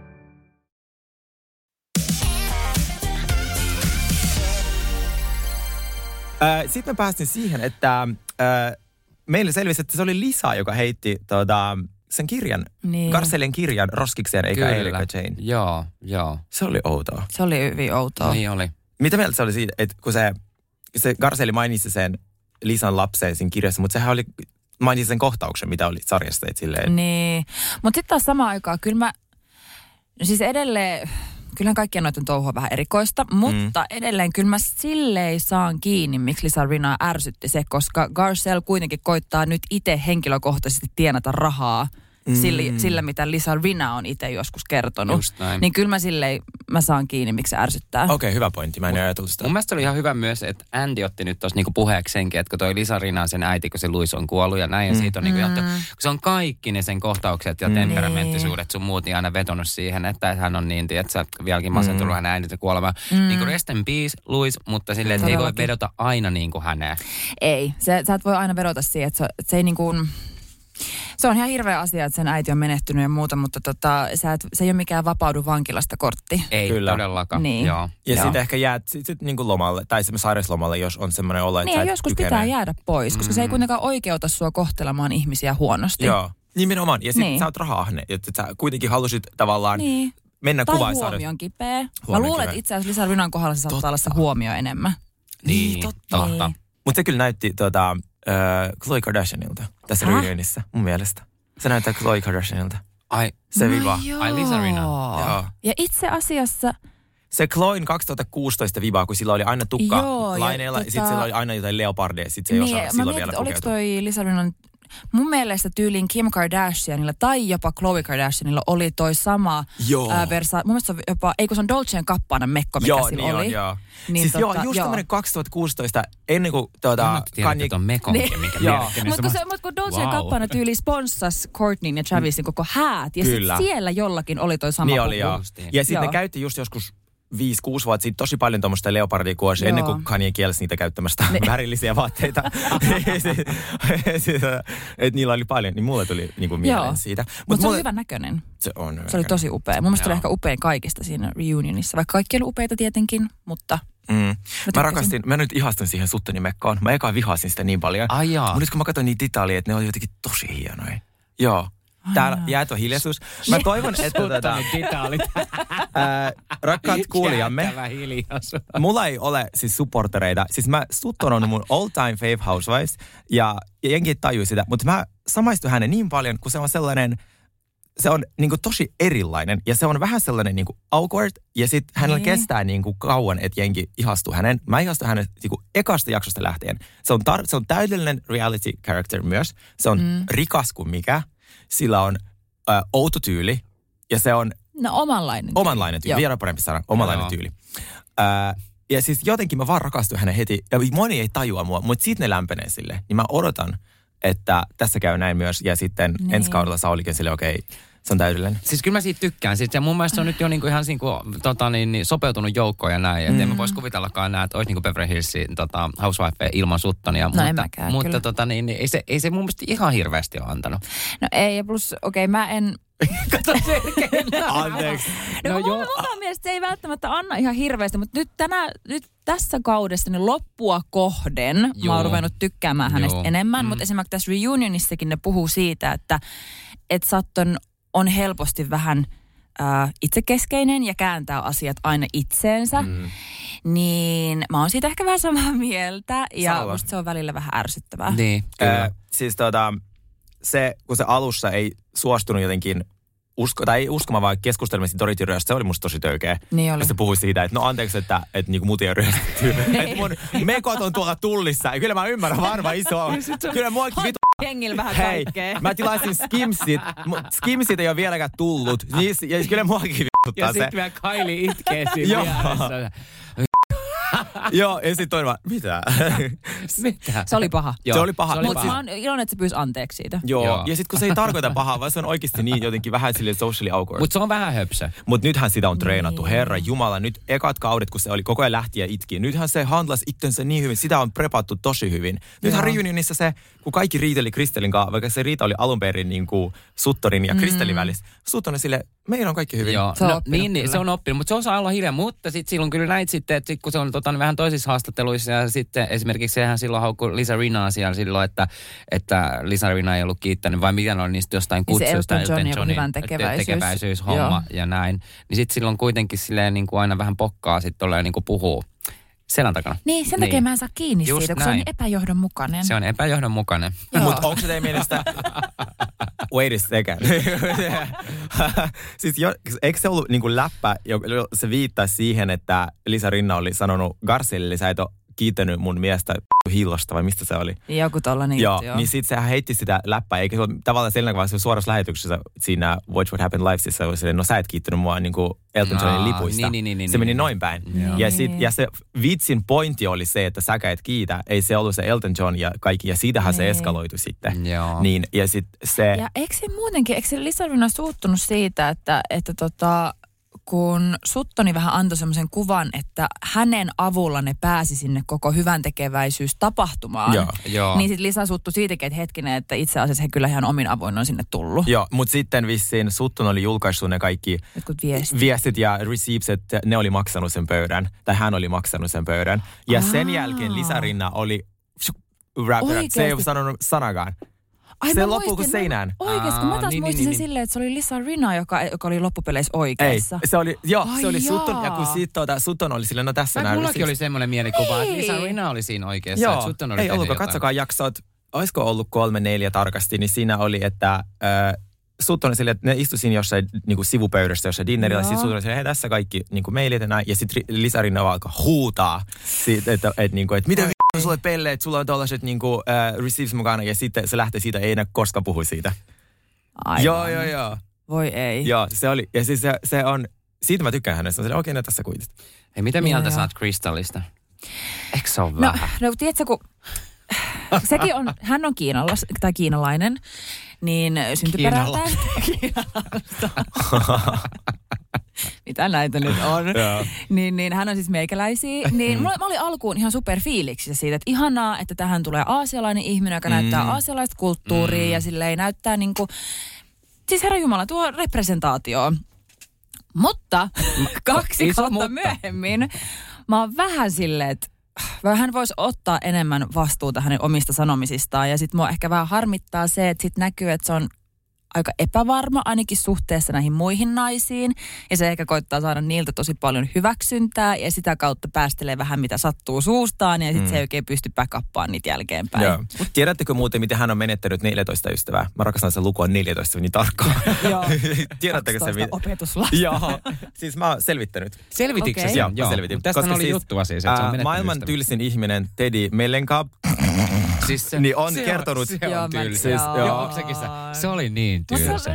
Sitten mä päästin siihen, että meille selvisi, että se oli Lisa, joka heitti sen kirjan, Garcellen kirjan roskikseen, eikä Erika Jane. Joo. Se oli outoa. Se oli hyvin outoa. Niin oli. Mitä mieltä se oli siitä, että kun se Garcelle mainitsi sen Lisan lapseen siinä kirjassa, mutta sehän mainitsi sen kohtauksen, mitä oli sarjasta. Niin, mutta sitten taas samaan aikaan, kyllä siis edelleen... kyllähän kaikkien noiden touhu on vähän erikoista, mutta edelleen kyllä mä silleen saan kiinni, miksi Lisa Rinnaa ärsytti se, koska Garcelle kuitenkin koittaa nyt itse henkilökohtaisesti tienata rahaa sillä, mitä Lisa Rinna on itse joskus kertonut. Niin kyllä mä saan kiinni, miksi se ärsyttää. Okei, hyvä pointti. Mä en ajatellut sitä. Mun mielestä oli ihan hyvä myös, että Andy otti nyt tuossa niinku puheeksi senkin, että kun toi Lisa Rinna sen äiti, kun se Louis on kuollut ja näin, ja siitä on niinku kun se on kaikki ne sen kohtaukset ja temperamenttisuudet sun muut, niin aina vetonut siihen, että hän on niin, että sä vieläkin masentunut hänen äiditä kuolemaan. Niinku rest in peace, Louis, mutta silleen, että ei voi vedota aina niin kuin häneen. Ei, sä et voi aina vedota siihen, että se ei niinku... Se on ihan hirveä asia, että sen äiti on menehtynyt ja muuta, mutta se ei ole mikään vapaudu vankilasta kortti. Ei kyllä todellakaan. Niin. Joo. Ja sitten ehkä jäät sit niin kuin lomalle, tai sairauslomalle, jos on semmoinen olo, että niin, sä et joskus kykene. Pitää jäädä pois, koska se ei kuitenkaan oikeuta sua kohtelemaan ihmisiä huonosti. Joo, nimenomaan. Ja sitten sä oot raha-ahne, että sä kuitenkin halusit tavallaan mennä kuvaan. Tai huomion kipeä. Mä luulen, että itse asiassa Lisa Rinnan kohdalla se saattaa olla se huomio enemmän. Niin, totta. Niin. Mutta se kyllä näytti Khloe Kardashianilta tässä reunionissa, mun mielestä. Se näyttää Khloe Kardashianilta. Ai, se viva. Ai Lisa Rinna. Joo. Ja itse asiassa... Se Khloen 2016 vivaa, kun sillä oli aina tukka laineilla, ja sitten sillä oli aina jotain leopardeja, sitten se ei osaa silloin vielä pukeutua. Oliko toi Lisa Rinnan... Mun mielestä tyyliin Kim Kardashianilla tai jopa Khloe Kardashianilla oli toi sama mun mielestä se on jopa, ei kun se on Dolce & Gabbana mekko, mikä sillä oli. Joo, niin siis just tämmönen 2016, ennen kuin Kanye... Ton mekon, mikä Mutta kun Dolce & Gabbana tyyli sponssasi Kourtneyn ja Travisin koko häät, ja sitten siellä jollakin oli toi sama niin oli, joo. Ja sitten ne käytti just joskus 5-6 vuotta sitten tosi paljon tuommoista leopardikuosia ennen kuin Kanye kielsi niitä käyttämästä värillisiä vaatteita. Että niillä oli paljon, niin mulle tuli niinku mieleen siitä. Mutta se on hyvän näköinen. Se on. Se oli tosi upea. Mun mielestä oli ehkä upein kaikista siinä reunionissa, vaikka kaikki oli upeita tietenkin, mutta... Mä nyt ihastun siihen Suttonin mekkoon. Mä eka vihasin sitä niin paljon. Mutta nyt kun mä katson niitä Italia, että ne oli jotenkin tosi hienoja. Joo. Täällä jäätö hiljaisuus. Mä toivon, että rakkaat kuulijamme, mulla ei ole siis supportereita. Siis Sutton on mun all time fave housewives ja jenkin tajuu sitä, mutta mä samaistun hänen niin paljon, kun se on sellainen, se on niinku tosi erilainen ja se on vähän sellainen niinku awkward ja sit hänellä kestää niinku kauan, että jenki ihastuu hänen. Mä ihastun hänen niinku ekasta jaksosta lähtien. Se on täydellinen reality character myös. Se on rikas kuin mikä. Sillä on outo tyyli ja se on... No omanlainen tyyli. Vielä parempi sana. Omanlainen tyyli. Ja siis jotenkin mä vaan rakastun hänen heti. Ja moni ei tajua mua, mutta siitä ne lämpenee sille. Niin mä odotan, että tässä käy näin myös. Ja sitten ensi kaudella Saulikin sille, okei, se on täydellinen. Siis kyllä mä siitä tykkään. Siis, ja mun mielestä se on nyt jo niinku ihan sopeutunut joukkoon ja näin. Että en mä vois kuvitellakaan näin, että olisi niinku Beverly Hillsin housewife ilman Suttonia. No en mäkään, mutta ei se mun mielestä ihan hirveästi ole antanut. No ei, ja plus mä en... Kato selkeänä. Anteeksi. No mun mielestä se ei välttämättä anna ihan hirveästi, mutta nyt tässä kaudessa niin loppua kohden mä oon ruvennut tykkäämään hänestä enemmän. Mutta esimerkiksi tässä reunionissakin ne puhuu siitä, että Sutton on helposti vähän itsekeskeinen ja kääntää asiat aina itseensä. Niin mä oon siitä ehkä vähän samaa mieltä ja musta se on välillä vähän ärsyttävää. Niin, kyllä. Siis se, kun se alussa ei suostunut jotenkin ei uskomaan, vaan keskustelmassa Dorothy ryöstä, se oli musta tosi töykeä. Niin oli. Ja se puhui siitä, että no anteeksi, että niinku mutia ryöstetty. Että mun mekot on tuolla tullissa. Ja kyllä mä ymmärrän varmaan iso. Kyllä muakin vittu. Hengillä vähän kaikkea. Mä tilaisin Skimsit. Skimsit ei ole vieläkään tullut. Ja kyllä muakin vituttaa ja se. Ja sit vielä Kylie itkee siinä vieressä. Joo, ja sitten toinen vaan, mitä? Se oli paha. Se oli paha. Mutta mä oon iloinen, että se pyysi anteeksi siitä. Joo. Ja sitten kun se ei tarkoita pahaa, vaan se on oikeasti niin jotenkin vähän silleen socially awkward. Mutta se on vähän höpsö. Mutta nythän sitä on treenattu. Herra Jumala, nyt ekat kaudet, kun se oli koko ajan lähti ja itki. Nythän se handlasi itsensä niin hyvin. Sitä on prepattu tosi hyvin. Nythän reunionissa se, kun kaikki riiteli Kristelin kanssa, vaikka se riita oli alun perin niin kuin Suttonin ja Kristelin välissä. Sutton sille, meillä on kaikki hyvin. Joo, se on oppinut. Mutta se osaa olla hiljaa. Mutta sitten silloin kyllä näit sitten, että kun se on vähän toisissa haastatteluissa ja sitten esimerkiksi sehän silloin haukkui Lisa Rinnaa siellä silloin, että Lisa Rinna ei ollut kiittänyt, vai mitä oli niistä jostain kutsuista. Se Elton Johnin tekeväisyyshomma ja näin. Niin sitten silloin kuitenkin silleen niin kuin aina vähän pokkaa sitten tolleen niin kuin puhuu selän takana. Niin, sen takia mä en saa kiinni just siitä, kun näin. Se on niin epäjohdonmukainen. Se on epäjohdonmukainen. Mutta onko se teidän mielestä... Wait a second. Siis eikö se ollut niin kuin läppä, se viittasi siihen, että Lisa Rinna oli sanonut Garcellille, sä et ole kiitänyt mun miestä hillosta, vai mistä se oli? Joku tollainen juttu, joo. Niin sit sehän heitti sitä läppää, eikä se ole tavallaan sellainen, vaan se suorassa lähetyksessä siinä Watch What Happened Livesissa oli silleen, no sä et kiittänyt mua niin kuin Elton Johnin lipuista. Se meni noin päin. Ja se vitsin pointti oli se, että säkä et kiitä, ei se ollut se Elton John ja kaikki, ja siitähän se eskaloitu sitten. Niin, ja sit se... Ja eikö se Lisa Rinna suuttunut siitä, että kun Suttoni vähän antoi semmoisen kuvan, että hänen avulla ne pääsi sinne koko hyväntekeväisyystapahtumaan. Niin sitten Lisa suuttui siitäkin, että hetkinen, että itse asiassa he kyllä ihan omin avuin on sinne tullut. Joo, mutta sitten vissiin Sutton oli julkaissut ne kaikki viestit ja receiptset, ne oli maksanut sen pöydän. Tai hän oli maksanut sen pöydän. Ja sen jälkeen Lisa Rinna oli se ei ole sanonut sanakaan. Se loppuu kuin seinään. Oikeasti, kun mä taas muistin sen silleen, että se oli Lisa Rinna, joka oli loppupeleissä oikeassa. Ei, se oli Sutton, ja kun sitten Sutton oli silleen, no tässä näin. Mullakin oli semmoinen mielikuva, että Lisa Rinna oli siinä oikeassa, että Sutton oli ei ollutko, katsokaa jaksot, olisiko ollut 3-4 tarkasti, niin siinä oli, että Sutton oli silleen, että ne istu siinä jossain niin kuin sivupöydässä, jossain dinnerillä, sitten Sutton oli silleen, hei tässä kaikki niin kuin meilit ja näin, ja sitten Lisa Rinna vaan alkoi huutaa, että miten sulle pelle, että sulla on tollaiset niinku receives mukana ja sitten se lähtee siitä, ei enää koskaan puhu siitä. Aivan. Joo. Voi ei. Joo, se oli, ja siis se on, siitä mä tykkään hänestä. Okei, no tässä kuitenkin. Hei, mitä mieltä sä oot Kristallista? Eikö se ole vähän? No tiedätkö, kun sekin on, hän on kiinalainen, niin syntyperältään. Mitä näitä nyt on. niin hän on siis meikäläisiä. Niin mä olin alkuun ihan superfiiliksissä siitä, että ihanaa, että tähän tulee aasialainen ihminen, joka näyttää aasialaista kulttuuria ja silleen näyttää niinku, siis herra Jumala, tuo representaatio. Mutta 2 kautta myöhemmin mä oon vähän silleen, että hän voisi ottaa enemmän vastuuta hänen omista sanomisistaan. Ja sit mua ehkä vähän harmittaa se, että sit näkyy, että se on aika epävarma ainakin suhteessa näihin muihin naisiin. Ja se ehkä koittaa saada niiltä tosi paljon hyväksyntää ja sitä kautta päästelee vähän mitä sattuu suustaan ja sitten se ei oikein pysty backuppaan niitä jälkeenpäin. Joo. Tiedättekö muuten, miten hän on menettänyt 14 ystävää? Mä rakastan sen lukua 14 niin tarkkaan. Joo. Tiedättekö se? Opetuslasta. Joo. Siis mä oon selvittänyt. Selvitikö se? Joo, selvitin. Tästä oli juttua siis, että se on menettänyt maailman tylsin ihminen Teddy Mellencamp siis niin on kertonut. Se on tylsä. Se oli niin tylsä.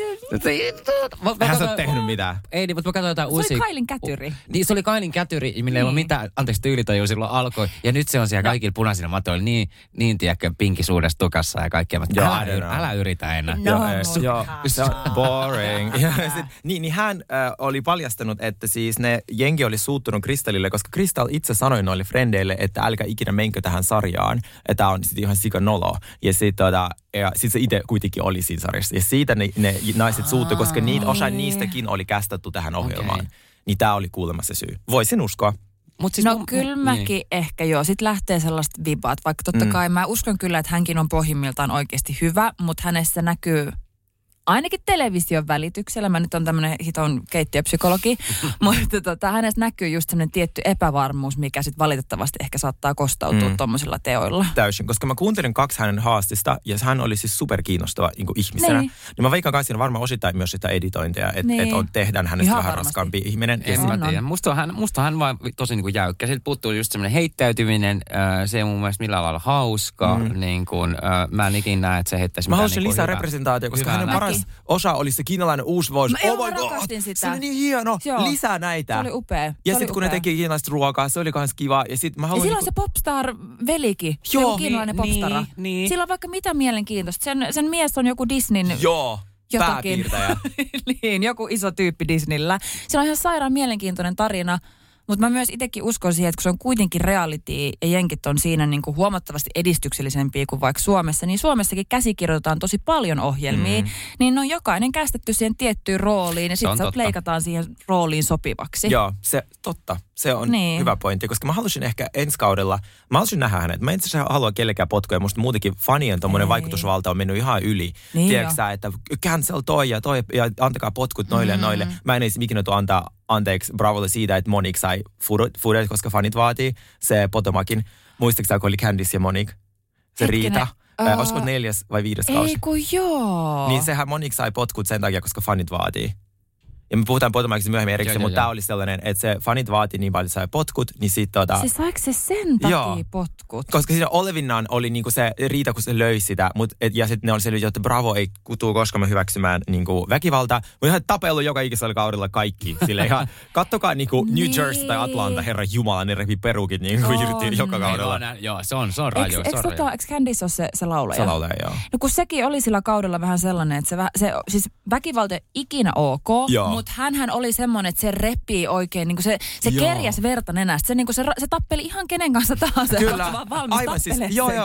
Eihän sä oot tehnyt mitään. Ei, mutta mä katsoin jotain uusia. Se oli Kailin kätyri. Niin, se oli Kailin kätyri, millä ei ollut mitään, tyylitaju silloin alkoi. Ja nyt se on siellä kaikilla punaisilla matoilla niin tiedätkö, pinkisuudessa tukassa ja kaikkea. Älä yritä enää. Joo, se on boring. Niin hän oli paljastanut, että siis ne jengi oli suuttunut Kristallille, koska Kristall itse sanoi noille frendeille, että älkää ikinä menkö tähän sarjaan. Että on sitten ihan sikanolo. Ja sitten se itse kuitenkin oli siinä sarjassa. Ja siitä ne naiset suuttui, koska osa niistäkin oli kästetty tähän ohjelmaan. Okay. Niin tämä oli kuulemma se syy. Voisin uskoa. Siis kyllä mäkin ehkä joo. Sitten lähtee sellaista vibaat. Vaikka totta kai mä uskon kyllä, että hänkin on pohjimmiltaan oikeasti hyvä, mutta hänessä näkyy ainakin television välityksellä. Mä nyt on tämmöinen hiton keittiöpsykologi, mutta hänestä näkyy just semmoinen tietty epävarmuus, mikä sitten valitettavasti ehkä saattaa kostautua tommosilla teoilla. Täysin, koska mä kuuntelin 2 hänen haastista ja hän oli siis superkiinnostava niin kuin ihmisenä. Niin mä veikkaan kanssa varmaan osittain myös sitä editointia, että tehdään hänestä ihan vähän raskaampi ihminen. En mä tiedä. Musta hän vaan tosi niin kuin jäykkä. Siltä puuttuu just semmoinen heittäytyminen. Se ei mun mielestä millään lailla hauska. Niin kuin, mä en ikinä näe, että se heittäisi mitään. Mä haluaisin lisää representaatio, koska hänen paras osa oli se kiinalainen uusi voice. Oh my god, se oli niin hieno. Joo. Lisää näitä. Se oli upea. Ja sitten kun ne teki kiinalaista ruokaa, se oli kans kiva. Ja sit mä haluan... Ja silloin se popstar-velikin. Joo. Se kiinalainen popstara. Niin. Sillä on vaikka mitä mielenkiintoista. Sen mies on joku Disneyn... Joo. Pääpiirtäjä. Niin, joku iso tyyppi Disneyllä. Sillä on ihan sairaan mielenkiintoinen tarina. Mutta mä myös itsekin uskon siihen, että kun se on kuitenkin reality ja jenkit on siinä niin kuin huomattavasti edistyksellisempiä kuin vaikka Suomessa, niin Suomessakin käsikirjoitetaan tosi paljon ohjelmia, niin on jokainen kästetty siihen tiettyyn rooliin ja sitten se leikataan siihen rooliin sopivaksi. Joo, totta. Se on hyvä pointti, koska mä halusin ehkä ensi kaudella, mä halusin nähdä hänet. Mä en itse asiassa halua kellekään potkuja, musta muutenkin fanien tommonen vaikutusvalta on mennyt ihan yli. Niin tiedätkö sä, että cancel toi ja antakaa potkut noille ja noille. Mä en edes ikinä antaa anteeksi Bravolle siitä, että Monique sai fudet, koska fanit vaatii se Potomakin. Muistatko sä, kun oli Candice ja Monique? Se Riita. Olisiko 4. vai 5. kausi? Ei kun joo. Niin sehän Monique sai potkut sen takia, koska fanit vaatii. Ja me puhutaan Potomacista myöhemmin erikseen, mutta tämä oli sellainen, että se fanit vaati niin paljon, että sai potkut, niin sitten Se saiko se sen takia potkut? Koska siinä Olevinaan oli niinku se riita, kun se löi sitä, ja sitten ne oli selviä, että Bravo ei kutuu koskaan hyväksymään niinku väkivaltaa. Mutta ihan tapellut joka ikisellä kaudella kaikki. Sille ihan, kattokaa niinku New Jersey tai Atlanta, herra jumala, ne repi perukit niinku irti joka kaudella. Joo, se on raju. Eikö Candice ole se laulaja? Se laulaja, joo. No kun sekin oli sillä kaudella vähän sellainen, että se siis väkivalta ikinä ok, mutta hänhän oli semmoinen, että se repii oikein, niin kuin se kerjäs verta nenästä. Se, niin kuin se tappeli ihan kenen kanssa tahansa. Kyllä, aivan siis,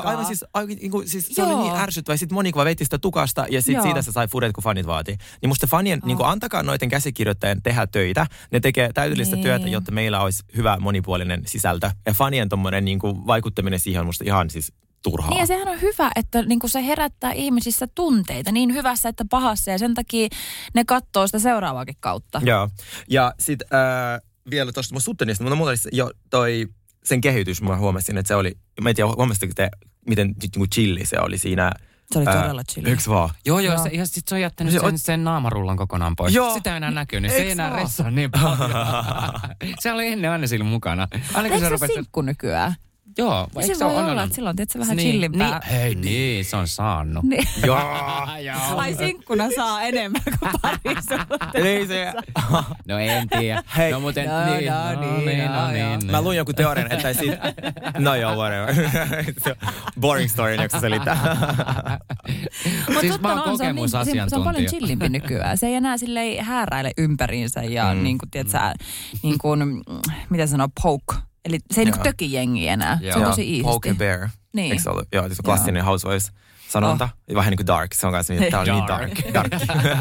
se oli niin ärsyttävä. Sitten Monique vaan veti sitä tukasta ja sitten siitä se sai fudet, kun fanit vaatii. Niin musta fanien, niin kuin antakaa noiden käsikirjoittajien tehdä töitä. Ne tekee täydellistä työtä, jotta meillä olisi hyvä monipuolinen sisältö. Ja fanien tommoinen niin kuin vaikuttaminen siihen on musta ihan siis turhaa. Niin ja sehän on hyvä, että niinku se herättää ihmisissä tunteita niin hyvässä että pahassa ja sen takia ne katsoo sitä seuraavaakin kautta. Joo. Ja sitten vielä tuosta mun Suttonista, mutta mulla oli jo sen kehitys, mä huomasin, että se oli, mä en tiedä, huomasitteko te, miten niinku chilli se oli siinä. Se oli todella chilli. Yks vaan? Joo. Ja sit se on jättänyt sen naamarullan kokonaan pois. Joo. Sitä ei enää näkynyt. Se ei enää ressaa niin paljon. Se oli ennen aina sillä mukana. Eikö se ole sinkku nykyään? Joo. Se voi olla, että silloin tietysti vähän chillimpää. Niin, se on saanut. Niin. Joo. Ai sinkkuna saa enemmän kuin parisuhteessa. Niin se. No en tiedä. Hei. No mutta niin. Mä luin joku teorian, että siitä. No joo, whatever. Boring story, en jaksa selittää. Siis mä oon kokemusasiantuntija. Se on paljon chillimpi nykyään. Se ei enää silleen hääräile ympäriinsä ja niin kuin, tiedätkö, niin kuin, miten sanoo, poke. Eli se ei niinku töki jengi enää. Se on tosi iisti. Poke and bear. Niin. Eikö se ollut? Joo, se on klassinen Housewives-sanonta. Vähän niin kuin dark. Se on kanssa niin, että tää on niin dark.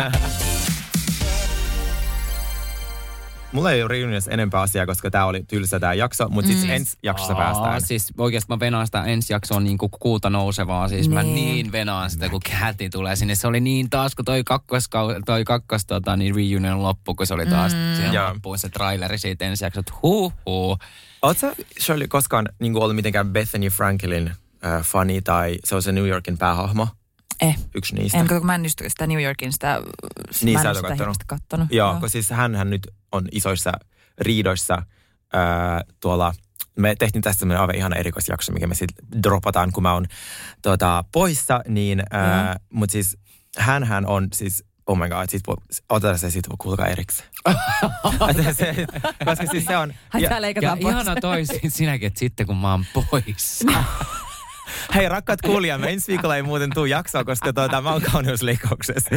Mulla ei ole reunionissa enempää asiaa, koska tää oli tylsä tää jakso, mutta sitten ensi jaksossa päästään. Siis oikeasti mä venaan sitä ensi jaksoa niin kuin kuuta nousevaa. Siis mä niin venaan sitä, kun Käti tulee sinne. Se oli niin taas, kun toi kakkos reunion loppu, kun se oli taas siihen loppuun se traileri siitä ensi jaksot. Ootko sä, Shirley, koskaan niin ollut mitenkään Bethany Frankelin fani tai se on se New Yorkin päähahmo? Yksi niistä. Kun mä en just sitä New Yorkin sitä, niin, mä en sitä kattonut. Joo, kun siis hänhän nyt on isoissa riidoissa tuolla. Me tehtiin tästä semmoinen aivan ihana erikoisjakso, mikä me sitten dropataan, kun mä oon poissa. Niin, mutta siis hänhän on siis, oh my god, otetaan se sitten, kuulkaa erikseen. Koska siis se on. Ja ihana toisin sinäkin, että sitten kun mä oon poissa. Hei rakkaat kuulijat, mä ensi viikolla ei muuten tuu jaksoa, koska mä oon kauneusleikkauksessa.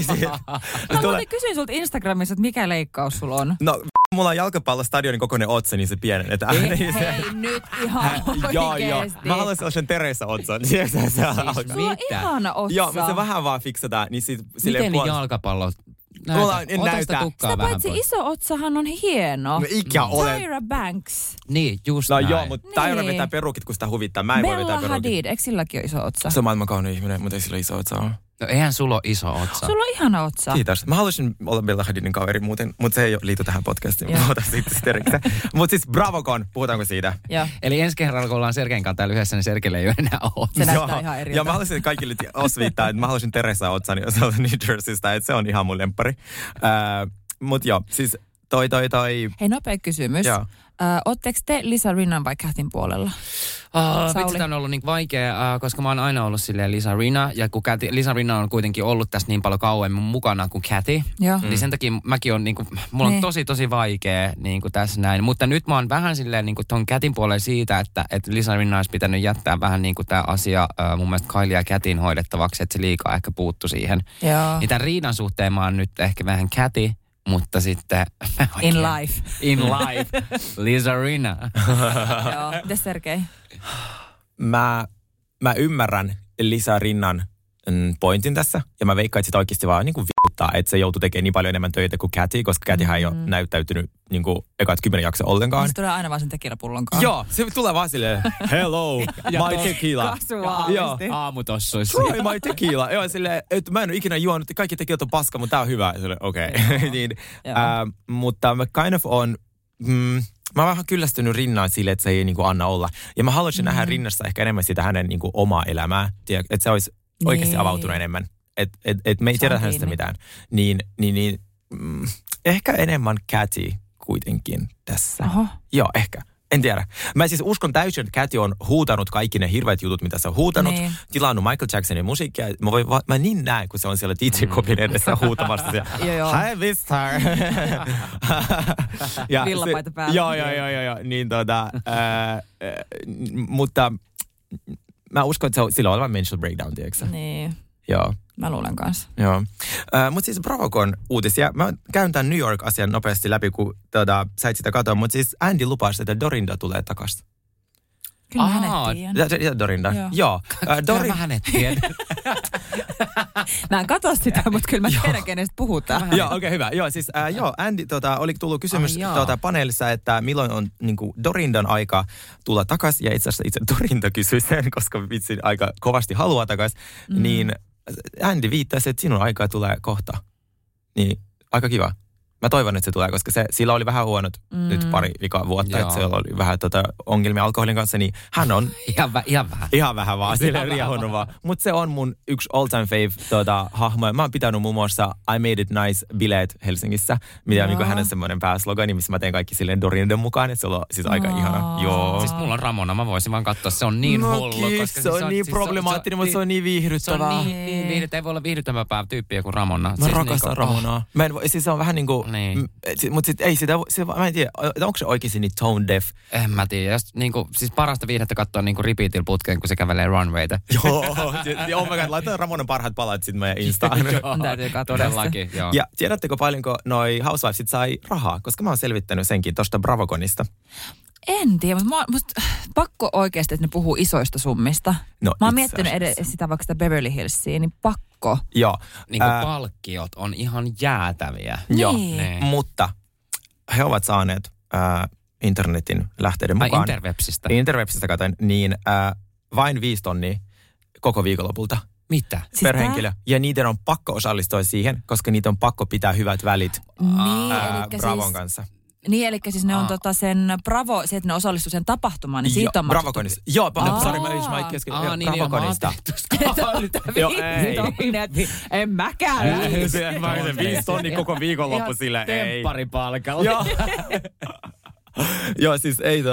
Mä muuten kysyin sulta Instagramissa, että mikä leikkaus sulla on. No mulla on jalkapallostadionin kokoinen otsa, niin se pienennetään. Hei nyt ihan oikeesti. Joo. Mä haluan sellaisen Teresa-otsan. Se on ihana otsa. Joo, mutta se vähän vaan fiksataan. Niin miten jalkapallot? Näyttää. Sitä paitsi iso otsahan on hieno. No ikä ole. Tyra Banks. Niin, just näin. No joo, mutta Tyra vetää perukit, kun sitä huvittaa. Mä en voi vetää perukit. Bella Hadid, eikö silläkin ole iso otsa? Se on maailman kaunein ihminen, mutta ei sillä iso otsa ole. No eihän sulla ole iso otsa. Sulla on ihana otsa. Kiitos. Mä haluaisin olla Bella Hadidin kaveri muuten, mutta se ei liity tähän podcastiin. Puhutaan siitä erikseen. Mutta siis Bravocon, puhutaanko siitä? Joo. Eli ensi kerralla, kun ollaan Sergein kanssa täällä yhdessä, niin Sergeille ei ole enää otsa. Se näyttää ihan eri. Ja mä haluaisin kaikille osviittaa, että mä haluaisin Teresa otsan New Jerseystä, että se on ihan mun lemppari. Mutta joo, siis toi. Hei, nopea kysymys. Ootteko te Lisa Rinnan vai Kathyn puolella? Vitsi, tämä on ollut niin vaikea, koska mä oon aina ollut silleen Lisa Rinna. Ja kun Lisa Rinna on kuitenkin ollut tässä niin paljon kauemmin mukana kuin Kathy. Niin sen takia mäkin on, niin kuin, mulla on tosi vaikea niin kuin tässä näin. Mutta nyt mä oon vähän silleen niin kuin ton Kathyn puolella siitä, että Lisa Rinna olisi pitänyt jättää vähän niin kuin tämä asia mun mielestä Kylie ja Kathyn hoidettavaksi, että se liikaa ehkä puuttu siihen. Niin tämän riidan suhteen mä oon nyt ehkä vähän Kathy. Mutta sitten... In life. Lisa Rinna. Joo, mitäs Sergei? Mä ymmärrän Lisa Rinnan pointin tässä. Ja mä veikkaan, että sitä oikeasti vaan niin kuin vituttaa, että se joutuu tekemään niin paljon enemmän töitä kuin Kathy, koska Kathyhän ei ole näyttäytynyt niin kuin ekat 10 jaksoa ollenkaan. Se tulee aina vaan sen tekilapullon kanssa. Joo, se tulee vaan silleen, hello, my tequila. Kasuaalisesti. Aamutossuissa. Try my tequila. Joo, silleen, että mä en ole ikinä juonut, kaikki tekilat on paska, mutta tää on hyvä. Okei. Niin, mutta mä kind of on... mä oon vähän kyllästynyt rinnaan sille, että se ei niinku anna olla. Ja mä haluaisin nähdä rinnassa ehkä enemmän sitä hänen niinku omaa elämää. Että se olisi oikeasti avautunut enemmän. Että me ei tiedä hänestä mitään. Niin ehkä enemmän Cathy kuitenkin tässä. Oho. Joo, ehkä. En tiedä. Mä siis uskon täysin, että Cathy on huutanut kaikki ne hirveät jutut, mitä se on huutanut. Niin. Tilannut Michael Jacksonin musiikkia. Mä niin näen, kun se on siellä DJ-kopin edessä huutamassa. Hi, mister. Villapaita päällä. Joo. Niin mutta mä uskon, että sillä on olevan mental breakdown, tiedätkö? Niin. Joo. Mä luulen kanssa. Joo. Mutta siis Bravocon uutisia. Mä käyn tämän New York-asian nopeasti läpi, kun sä et sitä katsoa. Mutta siis Andy lupasi, että Dorinda tulee takaisin. Kyllä mä hänet tiedän. Dorinda. Joo. Kyllä mä hänet tiedän. Mä en katso sitä, mutta kyllä mä tiedän, kenestä puhutaan. Joo, okei, hyvä. Joo, siis Andy, oli tullut kysymys paneelissa, että milloin on niinku Dorindan aika tulla takaisin. Ja itse asiassa Dorinda kysyi sen, koska vitsi aika kovasti haluaa takaisin. Niin Andy viittasi, että sinun aikaa tulee kohta. Niin aika kiva. Mä toivon, että se tulee, koska sillä oli vähän huonot nyt pari vikaa vuotta, että se oli vähän ongelmia alkoholin kanssa, niin hän on... Ihan vähän. Ihan vähän vaan, silleen riehunut vaan. Mutta se on mun yksi all-time fave hahmo. Mä oon pitänyt muun muassa I Made It Nice-bileet Helsingissä, mitä on niin hänen semmoinen pääslogani, missä mä teen kaikki silleen Dorindan mukaan, että se on siis aika ihana. Joo. Siis mulla on Ramona, mä voisin vaan katsoa, se on niin hullu. Koska se on niin problemaattinen, mutta se on niin viihdyttävää. Se on niin viihdyttävää, ei voi olla viihdyttävämpää tyyppiä kuin Ramona. Mä rakastan Ramonaa. Siis se on vähän niinku... Niin. Mutta sitten ei sitä, mä en tiedä, onko se oikeasti niin tone deaf? En mä tiedä. Niinku, siis parasta viihdettä katsoa niinku repeatillä putkeen, kun se kävelee runwayta. Joo, oh my god, laitetaan Ramonan parhaat palat sitten meidän Instaan. Täytyy katsoa. Todellakin, joo. Ja tiedättekö paljonko noi Housewivesit sai rahaa? Koska mä oon selvittänyt senkin tosta Bravoconista. En tiedä, mutta musta pakko oikeasti, että ne puhuu isoista summista. No, mä oon miettinyt sitä vaikka sitä Beverly Hillsia, niin pakko. Joo. Niin kuin palkkiot on ihan jäätäviä. Joo, mutta he ovat saaneet internetin lähteiden mukaan. Interwebsistä katsoin, niin vain 5 tonnia koko viikonlopulta. Mitä? Per henkilö. Ja niiden on pakko osallistua siihen, koska niitä on pakko pitää hyvät välit Bravon kanssa. Niin, eli siis ne on sen Bravo, se, että ne osallistuu sen tapahtumaan, niin siitä on Bravoconista. Joo, sorry, mä kesken. Bravoconista. Joo, ei. En mäkään. Mä olen 5 tonnia koko viikonloppu sillä, ei. Tempparipalkalla. Joo, siis ei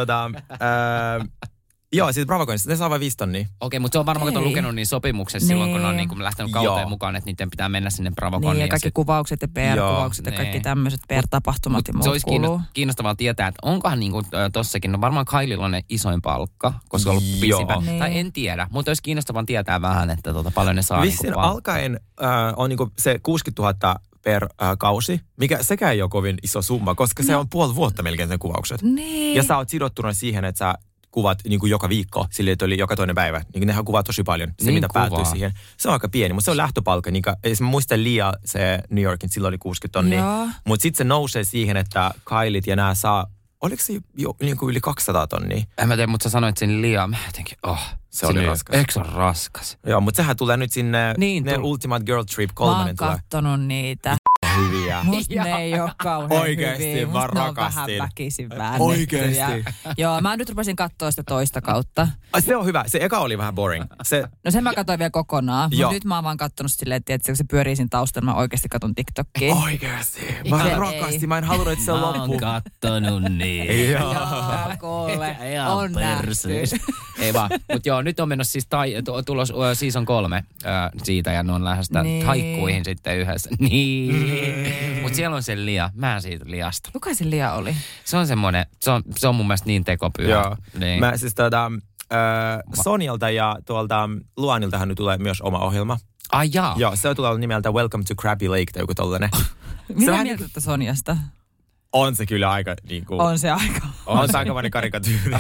Joo, siis Bravoconista, ne saa vain 5 tonnia. Okei, mutta se on varmaan, kun on lukenut niin sopimuksessa silloin, kun on niin kuin lähtenyt kauteen mukaan, että niiden pitää mennä sinne Bravoconiin. Niin, ja kaikki kuvaukset ja PR-kuvaukset ja kaikki tämmöiset PR-tapahtumat ja muut se olisi kiinnostavaa tietää, että onkohan niin kuin tossakin, no varmaan Kylella on ne isoin palkka, koska on ollut pisivä. Niin. Tai en tiedä, mutta olisi kiinnostavaa tietää vähän, että paljon ne saa. Vissin niin alkaen on niin kuin se 60 000 per kausi, mikä sekään ei ole kovin iso summa, koska se on 5 vuotta melkein sen kuvaukset. Niin. Ja sä oot sidottuna siihen, että sä kuvat niin kuin joka viikko, silleen, että oli joka toinen päivä. Niin nehän kuvaa tosi paljon. Se, niin mitä päätyy siihen. Se on aika pieni, mutta se on lähtöpalkka. Niin, mä muistan Lia, se New Yorkin, silloin oli 60 tonnia. Mutta sitten se nousee siihen, että Kylit ja nämä saa, oliko se jo niin kuin yli 200 tonnia? En mä tiedä, mutta sä sanoit sen Lia. Mä jotenkin, se oli raskas. Eikö se ole raskas? Joo, mutta sehän tulee nyt sinne, ne Ultimate Girl Trip 3 tulee. Mä oon kattonut niitä. Hyviä. Musta ne ei ole kauhean oikeesti, hyviä. Musta ne on vähän väkisin väännettyjä. Oikeesti. Joo, mä nyt rupesin katsoa sitä toista kautta. Se on hyvä. Se eka oli vähän boring. No sen mä katsoin vielä kokonaan. Mutta nyt mä oon vaan kattonut silleen, että kun se pyörii siinä taustalla, mä oikeasti katson TikTokia. Oikeesti. Mä rakastin. Mä en halunnut, että se on loppu. Mä oon kattonut niin. Joo, kuule. On nähty. Ei vaan. Mutta joo, nyt on menossa siis tulos season 3 siitä ja ne on lähdöstä haikkuihin sitten yhdessä. Niin. Mutta siellä on se Lia. Mä en siitä Liasta. Kuka se Lia oli? Se on semmoinen, se on mun mielestä niin tekopyhä. Joo. Niin. Mä siis Sonjalta ja tuolta Luaniltahan nyt tulee myös oma ohjelma. Ai jaa. Joo, se tulee nimeltä Welcome to Krabby Lake tai joku tollainen. Mitä mieltä Sonjasta? On se kyllä aika niinku... On se aika. On se aikamoinen karikatyyri.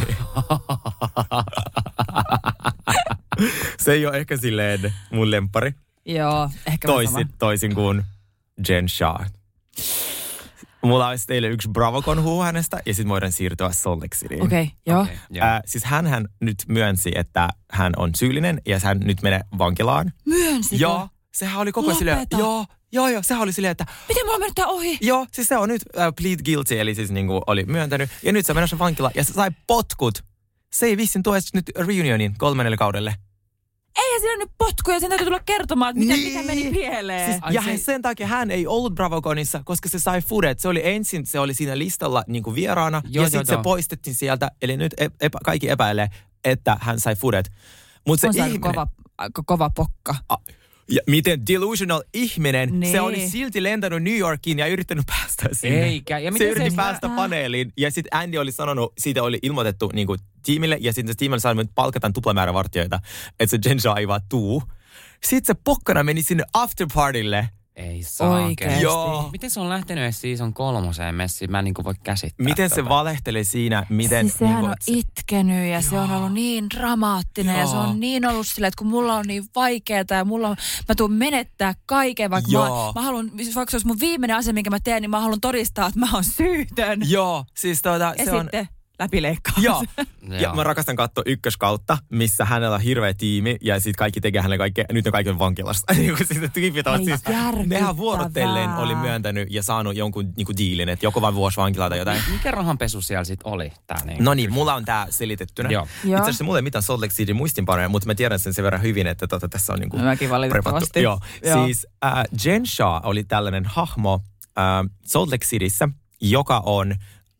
Se ei ole ehkä silleen mun lemppari. Joo, ehkä toisin kuin Jen Shah. Mulla olisi teille yksi Bravocon huu hänestä ja sitten voidaan siirtyä Solleksiniin. Okei, joo. Siis hänhän nyt myönsi, että hän on syyllinen ja hän nyt menee vankilaan. Myönsikö? Joo. Sehän oli koko silleen, Joo, sehän oli silleen, että... Miten mulla on mennyt tää ohi? Joo, siis se on nyt plead guilty, eli siis niinku oli myöntänyt. Ja nyt se on menossa vankilaan ja se sai potkut. Se ei vissin tuo nyt reunionin 3. kaudelle. Eihän siinä nyt potkuja, sen täytyy tulla kertomaan, että mikä meni pieleen. Siis, ja sen takia hän ei ollut BravoConissa, koska se sai fudet. Se oli siinä listalla niinku vieraana ja sitten se poistettiin sieltä. Eli nyt kaikki epäilee, että hän sai fudet. Mut se ihminen... kova pokka. Ja miten delusional ihminen, se oli silti lentänyt New Yorkiin ja yrittänyt päästä sinne. Eikä. Ja se yritti päästä paneeliin. Ja sitten Andy oli sanonut, siitä oli ilmoitettu niinku tiimille, ja sitten tiimille sanoi, että palkataan tuplamäärä vartijoita, että se Jen Shah ei vaan tuu. Sitten se pokkana meni sinne afterpartylle. Ei saa. Oikeesti. Joo. Miten se on lähtenyt edes season 3 messiin? Mä en voi käsittää. Miten se valehtelee siinä? Miten, siis sehän on itkenyt ja se on ollut niin dramaattinen ja se on niin ollut silleen, että kun mulla on niin vaikeeta ja mä tuun menettää kaiken, vaikka mä haluan, vaikka se olisi mun viimeinen asia, minkä mä teen, niin mä haluan todistaa, että mä oon syytön. Joo, siis ja se on... sitten läpileikkaus. Joo. Ja mä rakastan katsoa ykköskautta, missä hänellä on hirveä tiimi ja sitten kaikki tekee hänelle kaikkea. Nyt ne kaikki on vankilasta. Sitten tyypit on siis, nehän vuorotellen oli myöntänyt ja saanut jonkun niinku diilin, että joku vain vuosi vankilaa tai jotain. Mikä rahanpesu siellä sitten oli? No niin, mulla on tää selitettynä. Joo. Itse asiassa mulla ei mitään Salt Lake City muistinpanoja, mutta mä tiedän sen verran hyvin, että tässä on niinku mäkin valitettavasti. Joo. Siis Jen Shah oli tällainen hahmo Salt Lake Cityssä, joka on...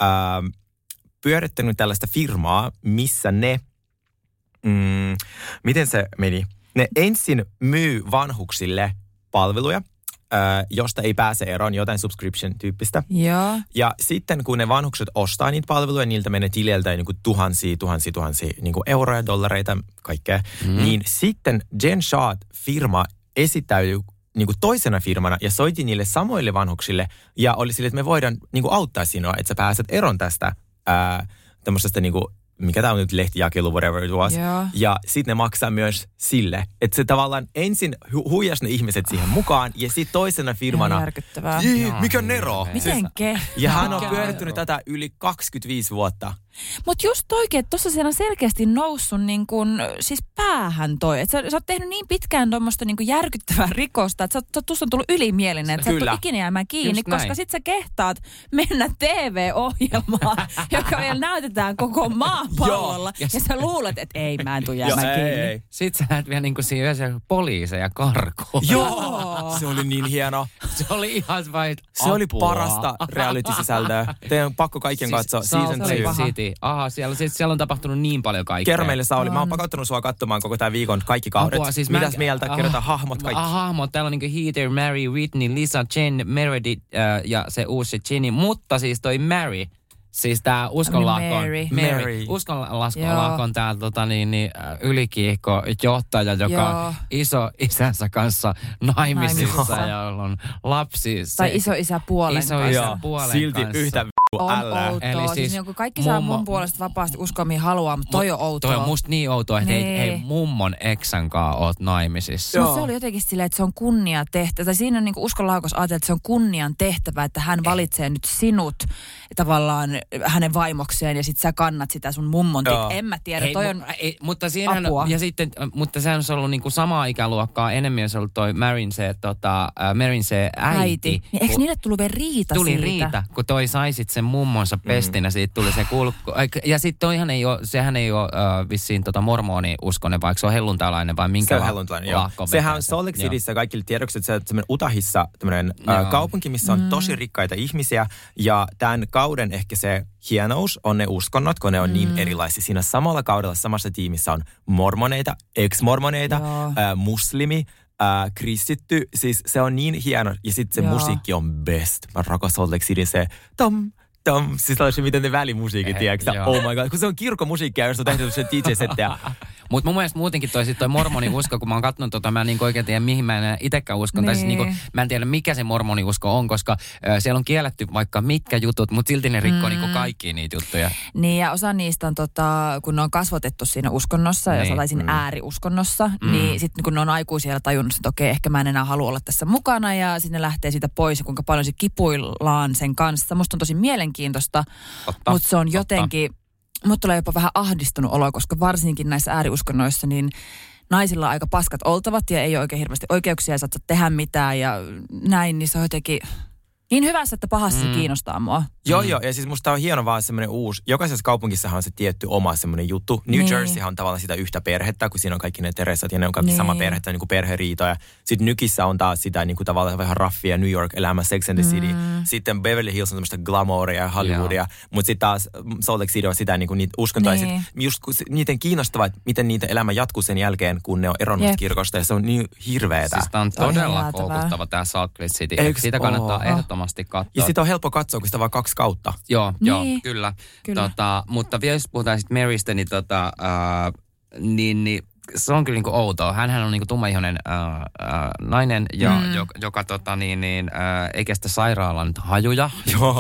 pyörittänyt tällaista firmaa, missä ne, miten se meni? Ne ensin myy vanhuksille palveluja, josta ei pääse eroon, jotain subscription-tyyppistä. Joo. Ja sitten kun ne vanhukset ostaa niitä palveluja, niiltä menee tililtä niin kuin tuhansia niin kuin euroja, dollareita, kaikkea. Niin sitten Jen Shah-firma esittäytyi niin kuin toisena firmana ja soitti niille samoille vanhuksille ja oli sille, että me voidaan niin kuin auttaa sinua, että sä pääset eron tästä tämmöisestä niinku, mikä tää on nyt lehtijakelu, whatever it was. Yeah. Ja sitten ne maksaa myös sille. Että se tavallaan ensin huijasi ne ihmiset siihen mukaan ja sitten toisena firmana. Järkyttävää. Mikä nero? Miten Ja hän on pyörittänyt tätä yli 25 vuotta. Mutta just oikein, että tuossa siellä on selkeästi noussut niin kun, siis päähän toi. Että sä oot tehnyt niin pitkään tuommoista niin järkyttävää rikosta, että sä oot tuossa tullut ylimielinen, että sä et ole ikinä jäämään kiinni, koska sit sä kehtaat mennä TV-ohjelmaan, joka vielä näytetään koko maapallolla. Ja sä luulet, että ei, mä en tule jäämään kiinni. Ei. Sit sä näet vielä niin kuin siinä poliiseja karkuun. Joo, se oli niin hieno. Se oli ihan vain se oli parasta reality-sisältöä. Teidän on pakko kaikkien katsoa season 2. Siellä on tapahtunut niin paljon kaikkea. Kerro meille, Sauli. Mä oon pakottanut sua katsomaan koko tämän viikon kaikki kaudet. Siis mitäs mieltä? Kerrotaan hahmot kaikki. Hahmot. Täällä on niinku Heather, Mary, Whitney, Lisa, Jen, Meredith ja se uusi Ginny. Mutta siis toi Mary, siis tää Mary. Uskonlaskon tää ylikiihko johtaja, joka iso isänsä kanssa naimisissa ja on lapsi. Tai iso isä puolen kanssa. Silti yhtä on outoa. Eli siis niin kaikki saa mun puolesta vapaasti uskoa, mihin haluaa, mutta toi on outoa. Toi on musta niin outoa, että ei mummon eksänkaan oot naimisissa. Mutta se oli jotenkin silleen, että se on kunnia tehtävä. Tai siinä on niin uskonlaukos ajatella, että se on kunnian tehtävä, että hän valitsee nyt sinut tavallaan hänen vaimokseen ja sit sä kannat sitä sun mummon. En mä tiedä, toi on mutta apua. Mutta sehän on ollut niinku samaa ikäluokkaa. Enemmän on ollut toi Maryn se äiti. Niin eikö niille tullut vielä riita tuli siitä? Tuli riita, kun toi sai sit sen mummonsa pestinä, siitä tuli se kulkku. Ja sit sehän ei ole vissiin mormoni-uskonen, vaikka se on helluntalainen vai minkä se on helluntalainen, joo. Sehän on Salt Lake Cityssä kaikille tiedoksi, että se on semmoinen Utahissa tämmöinen kaupunki, missä on tosi rikkaita ihmisiä. Ja tämän kauden ehkä se hienous on ne uskonnot, kun ne on niin erilaisia. Siinä samalla kaudella samassa tiimissä on mormoneita, ex-mormoneita, muslimi, kristitty. Siis se on niin hieno. Ja sitten se musiikki on best. Mä rakastan Salt Lake City se siis tällaisen, miten ne välimusiikit, tiedätkö? Oh my god. Kun se on kirkkomusiikkia, jos on tehty sen DJ-settejä. Mutta mun mielestä muutenkin toi mormoniusko, kun mä oon katsonut mä en niin oikein tiedä, mihin mä en itsekään uskon. Tai siis niin mä en tiedä, mikä se mormoniusko on, koska siellä on kielletty vaikka mitkä jutut, mutta silti ne rikkoo niin kaikkia niitä juttuja. Niin, ja osa niistä on, kun ne on kasvatettu siinä uskonnossa, ja siinä ääriuskonnossa, niin sitten kun ne on aikuisia tajunnut, että okei, ehkä mä en enää halua olla tässä mukana, ja sitten ne lähtee siitä pois, ja kuinka paljon se kipuillaan sen kanssa. Musta on tosi mielenkiintoista, mutta se on jotenkin... Mut tulee jopa vähän ahdistunut olo, koska varsinkin näissä ääriuskonnoissa, niin naisilla on aika paskat oltavat ja ei ole oikein hirveästi oikeuksia ja saat tehdä mitään ja näin, niin se on jotenkin niin hyvässä, että pahassa se kiinnostaa mua. Joo, ja siis musta on hieno vaan semmoinen uusi, jokaisessa kaupungissahan on se tietty oma semmoinen juttu. New Jerseyhan on tavallaan sitä yhtä perhettä, kun siinä on kaikki ne Teresat ja ne on kaikki sama perhettä, niin kuin perheriitoja. Sitten Nykissä on taas sitä niin kuin tavallaan vähän raffia New York-elämä, Sex and the City. Sitten Beverly Hills on semmoista glamouria ja Hollywoodia, mutta sitten taas Salt Lake City on sitä niin kuin niitä uskontoja. Niin. Just niiden kiinnostavaa, että miten niitä elämä jatkuu sen jälkeen, kun ne on eronnut kirkosta ja se on niin hirveetä. Siis tää on todella koukuttava tää Salt Lake City. Siitä kannattaa ehdottomasti katsoa. Ja sitä on helppo katsoa, kun sitä on vaan 2 kautta. Joo, kyllä. Mutta vielä jos puhutaan sitten Marystä, niin se on kyllä niinku outoa. Hänhän on niinku tummaihoinen nainen, joka ei kestä sairaalan hajuja.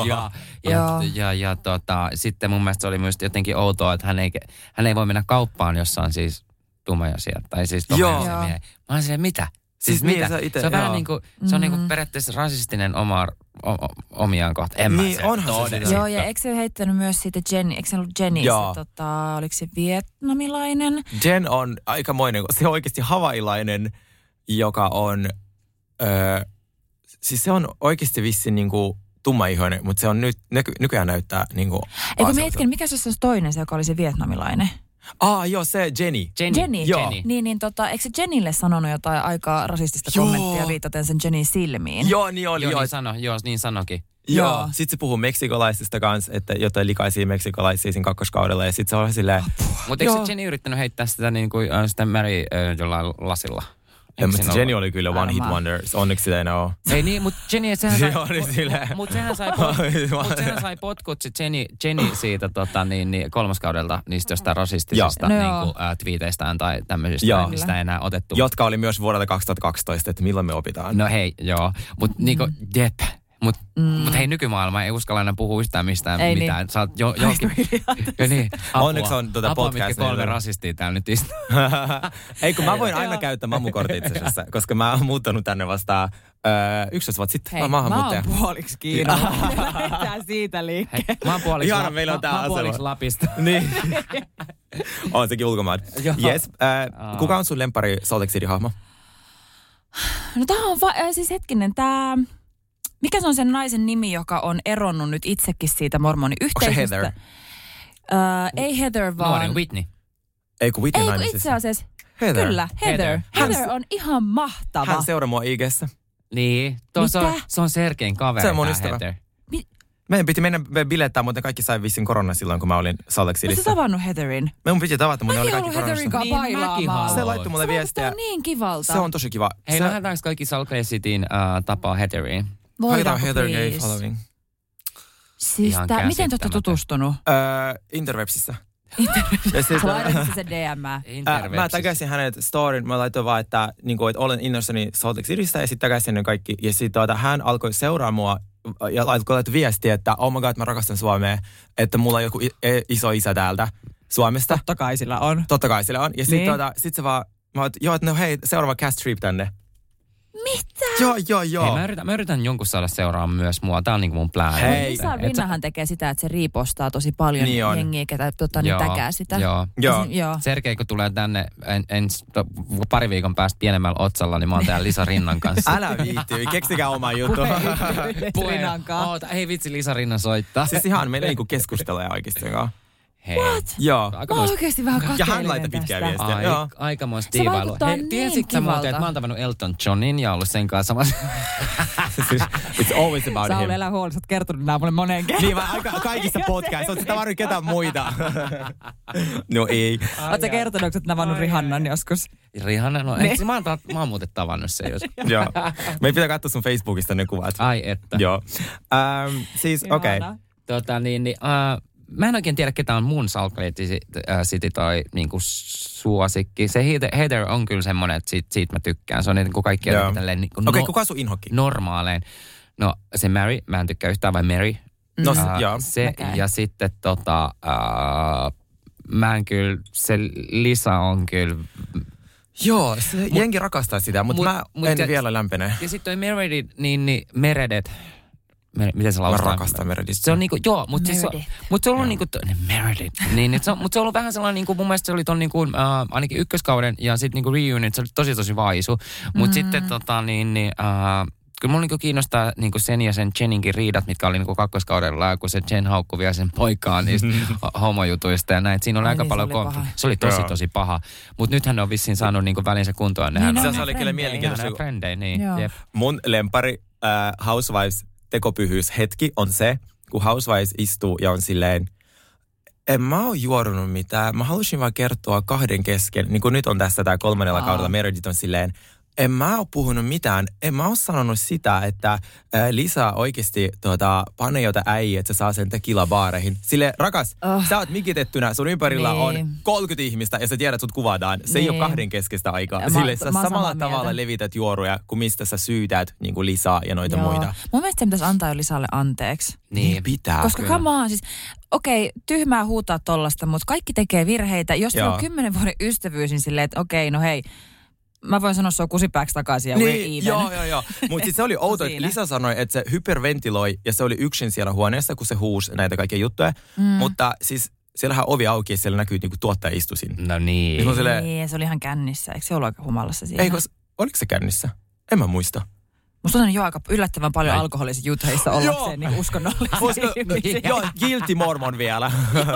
Sitten mun mielestä se oli myös jotenkin outoa, että hän ei voi mennä kauppaan, jossa on siis tummaihoisia. Tai siis tummaihoisia miehiä. Mä oon silleen, mitä? Siis mitä? Se on vähän niinku, se on niinku periaatteessa rasistinen omiaan kohta. En niin, onhan se. Joo, ja eikö se heittänyt myös siitä Jenny, eikö se ollut Jenny, oliko se vietnamilainen? Jen on aikamoinen, se on oikeasti havailainen, joka on, siis se on oikeasti vissi niinku tummaihoinen, mutta se on nyt, nykyään näyttää niinku eikö mietkin, mikä se on toinen, se joka oli se vietnamilainen? Joo, se Jenny. Joo. Niin, eikö se Jennylle sanonut jotain aika rasistista kommenttia viitaten sen Jennyn silmiin? Joo, niin oli. Niin sanoikin. Joo. Sitten se puhuu meksikolaisista kanssa, että jotain likaisia meksikolaisia siinä kakkoskaudella ja sitten se on silleen... Mutta eikö se Jenny yrittänyt heittää sitä, niin kuin, sitä Mary jollain lasilla? Jenny oli kyllä one hit wonder. Onneksi sitä ei enää ole. Ei niin, mutta Jenny, sehän sai potkut se Jenny siitä kolmoskaudelta niistä jostain rasistisista twiiteistään tai tämmöisistä, mistä ei enää otettu. Jotka oli myös vuodelta 2012, että milloin me opitaan. No hei, joo. Mutta Mutta hei, nykymaailma ei uskalla aina puhua yhtään mistään ei mitään. Niin. Sä oot johonkin... niin. Onneksi on podcast. Mitkä 3 rasistia täällä nyt istuu. Ei, kun mä voin aina käyttää mamukortin itse asiassa, koska mä oon muuttanut tänne vasta 11 vuotta sitten. Hei, mä oon puoliksi kiinalainen. Lähdetään siitä liikkeelle. Mä oon puoliksi, meillä on tää puoliksi Lapista. Niin. On sekin ulkomaan. Yes. Kuka on sun lempari Salt Lake City-hahmo? No tää on siis hetkinen, mikä se on sen naisen nimi, joka on eronnut nyt itsekin siitä mormoniyhteisöstä? Onko se Heather? Ei Heather, vaan... Nuori Whitney. Ei kun Whitney naimisissa. Itse asiassa. Heather. Kyllä, Heather. Heather on ihan mahtava. Hän seuraa mua IG:ssä. Niin. Se on Sergein kaveri. Se on mun ystävä. Meidän piti mennä bilettää, mutta kaikki sai vissiin korona silloin, kun mä olin Salt Lake Cityssä. Oletko tavannut Heatherin? Mun piti tavata, mutta ne oli kaikki koronassa. Heatherin kanssa bailaamaan. Se laittoi mulle viestiä. Se niin kivalta. Se on tosi kiva. Hei, lähdetäänkö kaikki Salt Lake Cityin tapaa Heatheriin? Voidaanko Heather Gay following. Siis miten te olette tutustunut? Interwebsissä. Sä laitoit se DM:ää. Mä tagasin hänet storyn. Mä laitoin vaan, että olen innoissani Salt Lake Citystä ja sitten tagasin ne kaikki. Ja sitten hän alkoi seuraa mua ja laitoi viestiä, että oh my god, mä rakastan Suomea. Että mulla on joku iso isä täältä Suomesta. Totta kai sillä on. Ja sitten sit se vaan, että no hei, seuraava cast trip tänne. Mitä? Joo. Hei, mä yritän jonkun saada seuraamaan myös mua. Tää on niinku mun plan. Hei. Lisa Vinnahan tekee sitä, että se repostaa tosi paljon jengiä, ketä täkää sitä. Joo. Sergei, kun tulee tänne pari viikon päästä pienemmällä otsalla, niin mä oon täällä Lisa Rinnan kanssa. Älä viitty, keksikää oma juttu. Hei vitsi, Lisa Rinnan soittaa. Siis ihan meillä niinku keskustelee oikeasti. What? Joo. Mä oon oikeesti vähän kateellinen. Ja hän laittaa pitkää viestiä. Aikamoista diivailu. Hei, tiesitkö sä muuten, että mä oon tavannut Elton Johnin ja ollut sen kanssa samassa? It's always about him. Sauli, älä huoli, sä oot kertonut nämä mulle moneen kertaan. Niin, kaikissa podcasts. Oot sä tavannut ketään muita? No ei. Oot sä kertonut, että sä tavannut Rihannan joskus? Rihannan? No, mä oon muuten tavannut se joskus. Joo. Meidän pitää katsoa sun Facebookista ne kuvat. Ai että. Joo. Siis, okei. Mä en oikein tiedä, ketä on mun Salt Lake City toi niinku suosikki. Se Heather on kyllä semmoinen, että siitä mä tykkään. Se on niinku kaikki tälleen niinku kuka on sun inhokki? Normaalein. No se Mary, mä en tykkää yhtään, vai Mary. No joo. Se, ja sitten mä en kyllä, se Lisa on kyllä... Joo, jengi rakastaa sitä, mutta mä en vielä lämpene. Ja sitten toi Meredith, niin Meredith, miten se laustaa? Mä rakastan Meredith. Se on niinku, joo, mutta se on ollut niinku, Meredith, niin, mutta se on ollut vähän sellainen, niinku, mun mielestä se oli ton niinku, ainakin ykköskauden ja sitten niinku reunion, se oli tosi vaisu. Mutta sitten kyllä mulla niinku kiinnostaa niinku sen ja sen Jeninkin riidat, mitkä oli niinku kakkoskaudella, kun se Jen haukkui vielä sen poikaan niistä homojutuista ja näin. Siinä oli aika paljon se oli tosi paha. Mutta nyt hän on vissiin saanut niinku välinsä kuntoon. Se oli kyllä mielenkiintoista. Niin. Mun lempari Housewives tekopyhyyshetki on se, kun Housewives istuu ja on silleen, en mä oo juorunut mitään. Mä halusin vaan kertoa kahden kesken, niin kuin nyt on tässä tää 3. kaudella, Meredith on silleen, en mä oo puhunut mitään. En mä oo sanonut sitä, että Lisa oikeasti pane jota äijä, että se saa sen tequila-baareihin. Silleen, rakas, sä oot mikitettynä, sun ympärillä on 30 ihmistä ja sä tiedät, sut kuvataan. Se ei ole kahden keskeistä aikaa. Silleen, sä samalla tavalla levität juoruja, kuin mistä sä syytät niin kuin Lisaa ja noita muita. Mun mielestä se pitäisi antaa jo Lisalle anteeksi. Niin pitää. Koska come on, siis okei, tyhmää huutaa tollasta, mutta kaikki tekee virheitä. Jos se on 10 vuoden ystävyys, niin silleen, että okei, no hei, mä voin sanoa, se on kusipääksi takaisin ja we're even. Joo. Mutta sitten se oli outo, että Lisa sanoi, että se hyperventiloi ja se oli yksin siellä huoneessa, kun se huusi näitä kaikkia juttuja. Mutta siis siellähän ovi auki ja siellä näkyy niinku tuottaja istu sinne. No niin. Se oli ihan kännissä. Eikö se ollut aika humalassa siinä? Oliko se kännissä? En mä muista. Musta on jo aika yllättävän paljon alkoholisia juthheissa ollakseen niin uskonnollisia ihmisiä. Joo, guilty mormon vielä.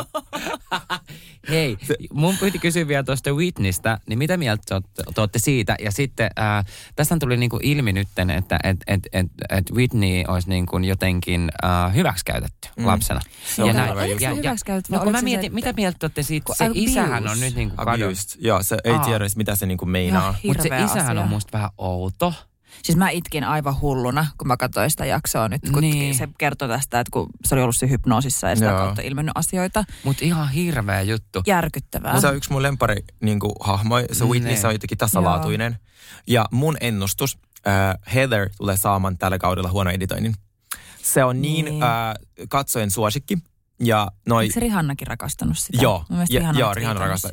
Hei, mun piti kysyä vielä tuosta Whitneystä, niin mitä mieltä te olette siitä? Ja sitten tästä tuli niinku ilmi nytten, että Whitney olisi niinku jotenkin hyväksikäytetty lapsena. Se on hyväksikäytetty. No kun mä mietin, mitä mieltä te olette siitä, kun se isähän on nyt niinku kadonnut. Joo, se ei tiedä mitä se niinku meinaa. Mutta se isähän on musta vähän outo. Siis mä itkin aivan hulluna, kun mä katsoin sitä jaksoa nyt, kun se kertoi tästä, että kun se oli ollut se hypnoosissa ja sitä kautta ilmennyt asioita. Mutta ihan hirveä juttu. Järkyttävää. Se on yksi mun lempari niinku, hahmoi. Se Whitney se on jotenkin tasalaatuinen. Ja mun ennustus, Heather tulee saamaan tällä kaudella huono editoinnin. Se on niin katsojen suosikki. Ja eikö se Rihannakin rakastanut sitä? Joo, Rihanna rakastaa.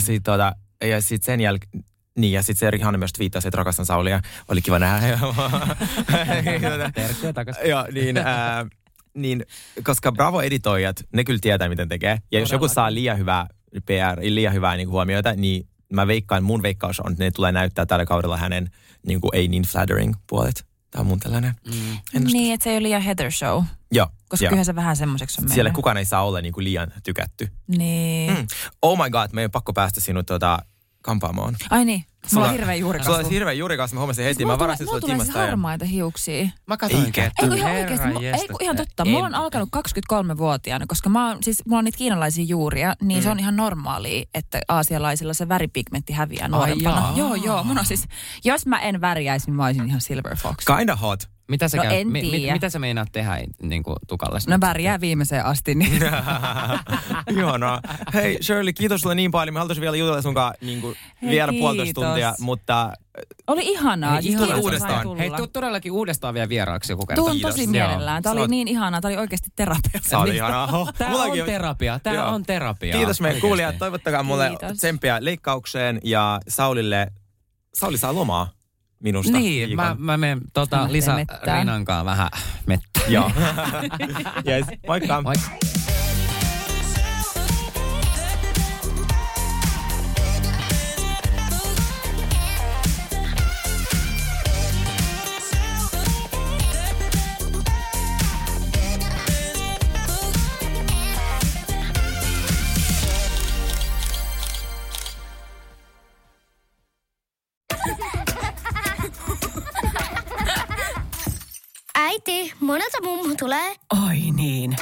Ja sit sen jälkeen, niin, ja sitten se Rihanna myös twiittasi, että rakastan Saulia. Oli kiva nähdä. Terkkuja takaisin. Joo, niin, koska Bravo-editoijat, ne kyllä tietää, miten tekee. Ja jos joku saa liian hyvää liian hyvää niin huomioita, niin mun veikkaus on, että ne tulee näyttää tällä kaudella hänen niin kuin, ei niin flattering puolet. Tämä on mun tällainen ennustus. Niin, että se ei ole liian Heather show. Joo. Koska kyllähän se vähän semmoiseksi on mennyt. Siellä kukaan ei saa olla niin kuin liian tykätty. Niin. Oh my god, meidän on pakko päästä sinut kampaamoon. Ai niin. Mulla on hirveä juurikasvu. Sulla on hirveä juurikasvu, mä huomasin heti. Mä varasin sulla Timasta. Mulla tulee harmaita hiuksia. Mä katsoin kettu. Ihan totta. Mulla on alkanut 23-vuotiaana, koska mulla on niitä kiinalaisia juuria, niin se on ihan normaalia, että aasialaisilla se väripigmentti häviää nuorempana. Joo. Mun on siis, jos mä en värjäisi, niin mä olisin ihan Silver Fox. Kinda hot. Mitä sä meinaat tehdä niin kuin tukalle? No värjää viimeiseen asti. Niin. Ihanaa. Hei Shirley, kiitos sulle niin paljon. Mä haluaisin vielä jutella sunkaan niin vielä 1,5 tuntia, mutta... Oli ihanaa. Tule uudestaan. Hei, tuu todellakin uudestaan vielä vieraaksi joku kerta. Tuun tosi mielellään. Tämä oli niin ihanaa. Tämä oli oikeasti terapia. Tämä oli ihanaa. Tämä on terapia. Kiitos meidän kuulijat. Toivottakaa mulle tsemppiä leikkaukseen ja Saulille. Sauli saa lomaa. Minusta. Niin, mä menen Lisa Rinankaan vähän mettään. Joo. Yes, moikka. Äiti, monelta mummu tulee? Oi niin.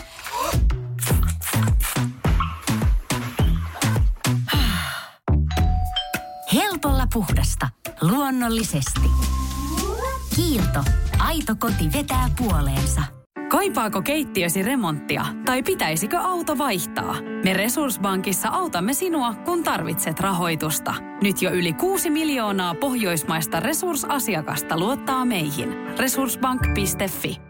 Helpolla puhdasta. Luonnollisesti. Kiilto. Aito koti vetää puoleensa. Kaipaako keittiösi remonttia tai pitäisikö auto vaihtaa? Me Resurssbankissa autamme sinua, kun tarvitset rahoitusta. Nyt jo yli 6 miljoonaa pohjoismaista resursasiakasta luottaa meihin. Resurssbank.fi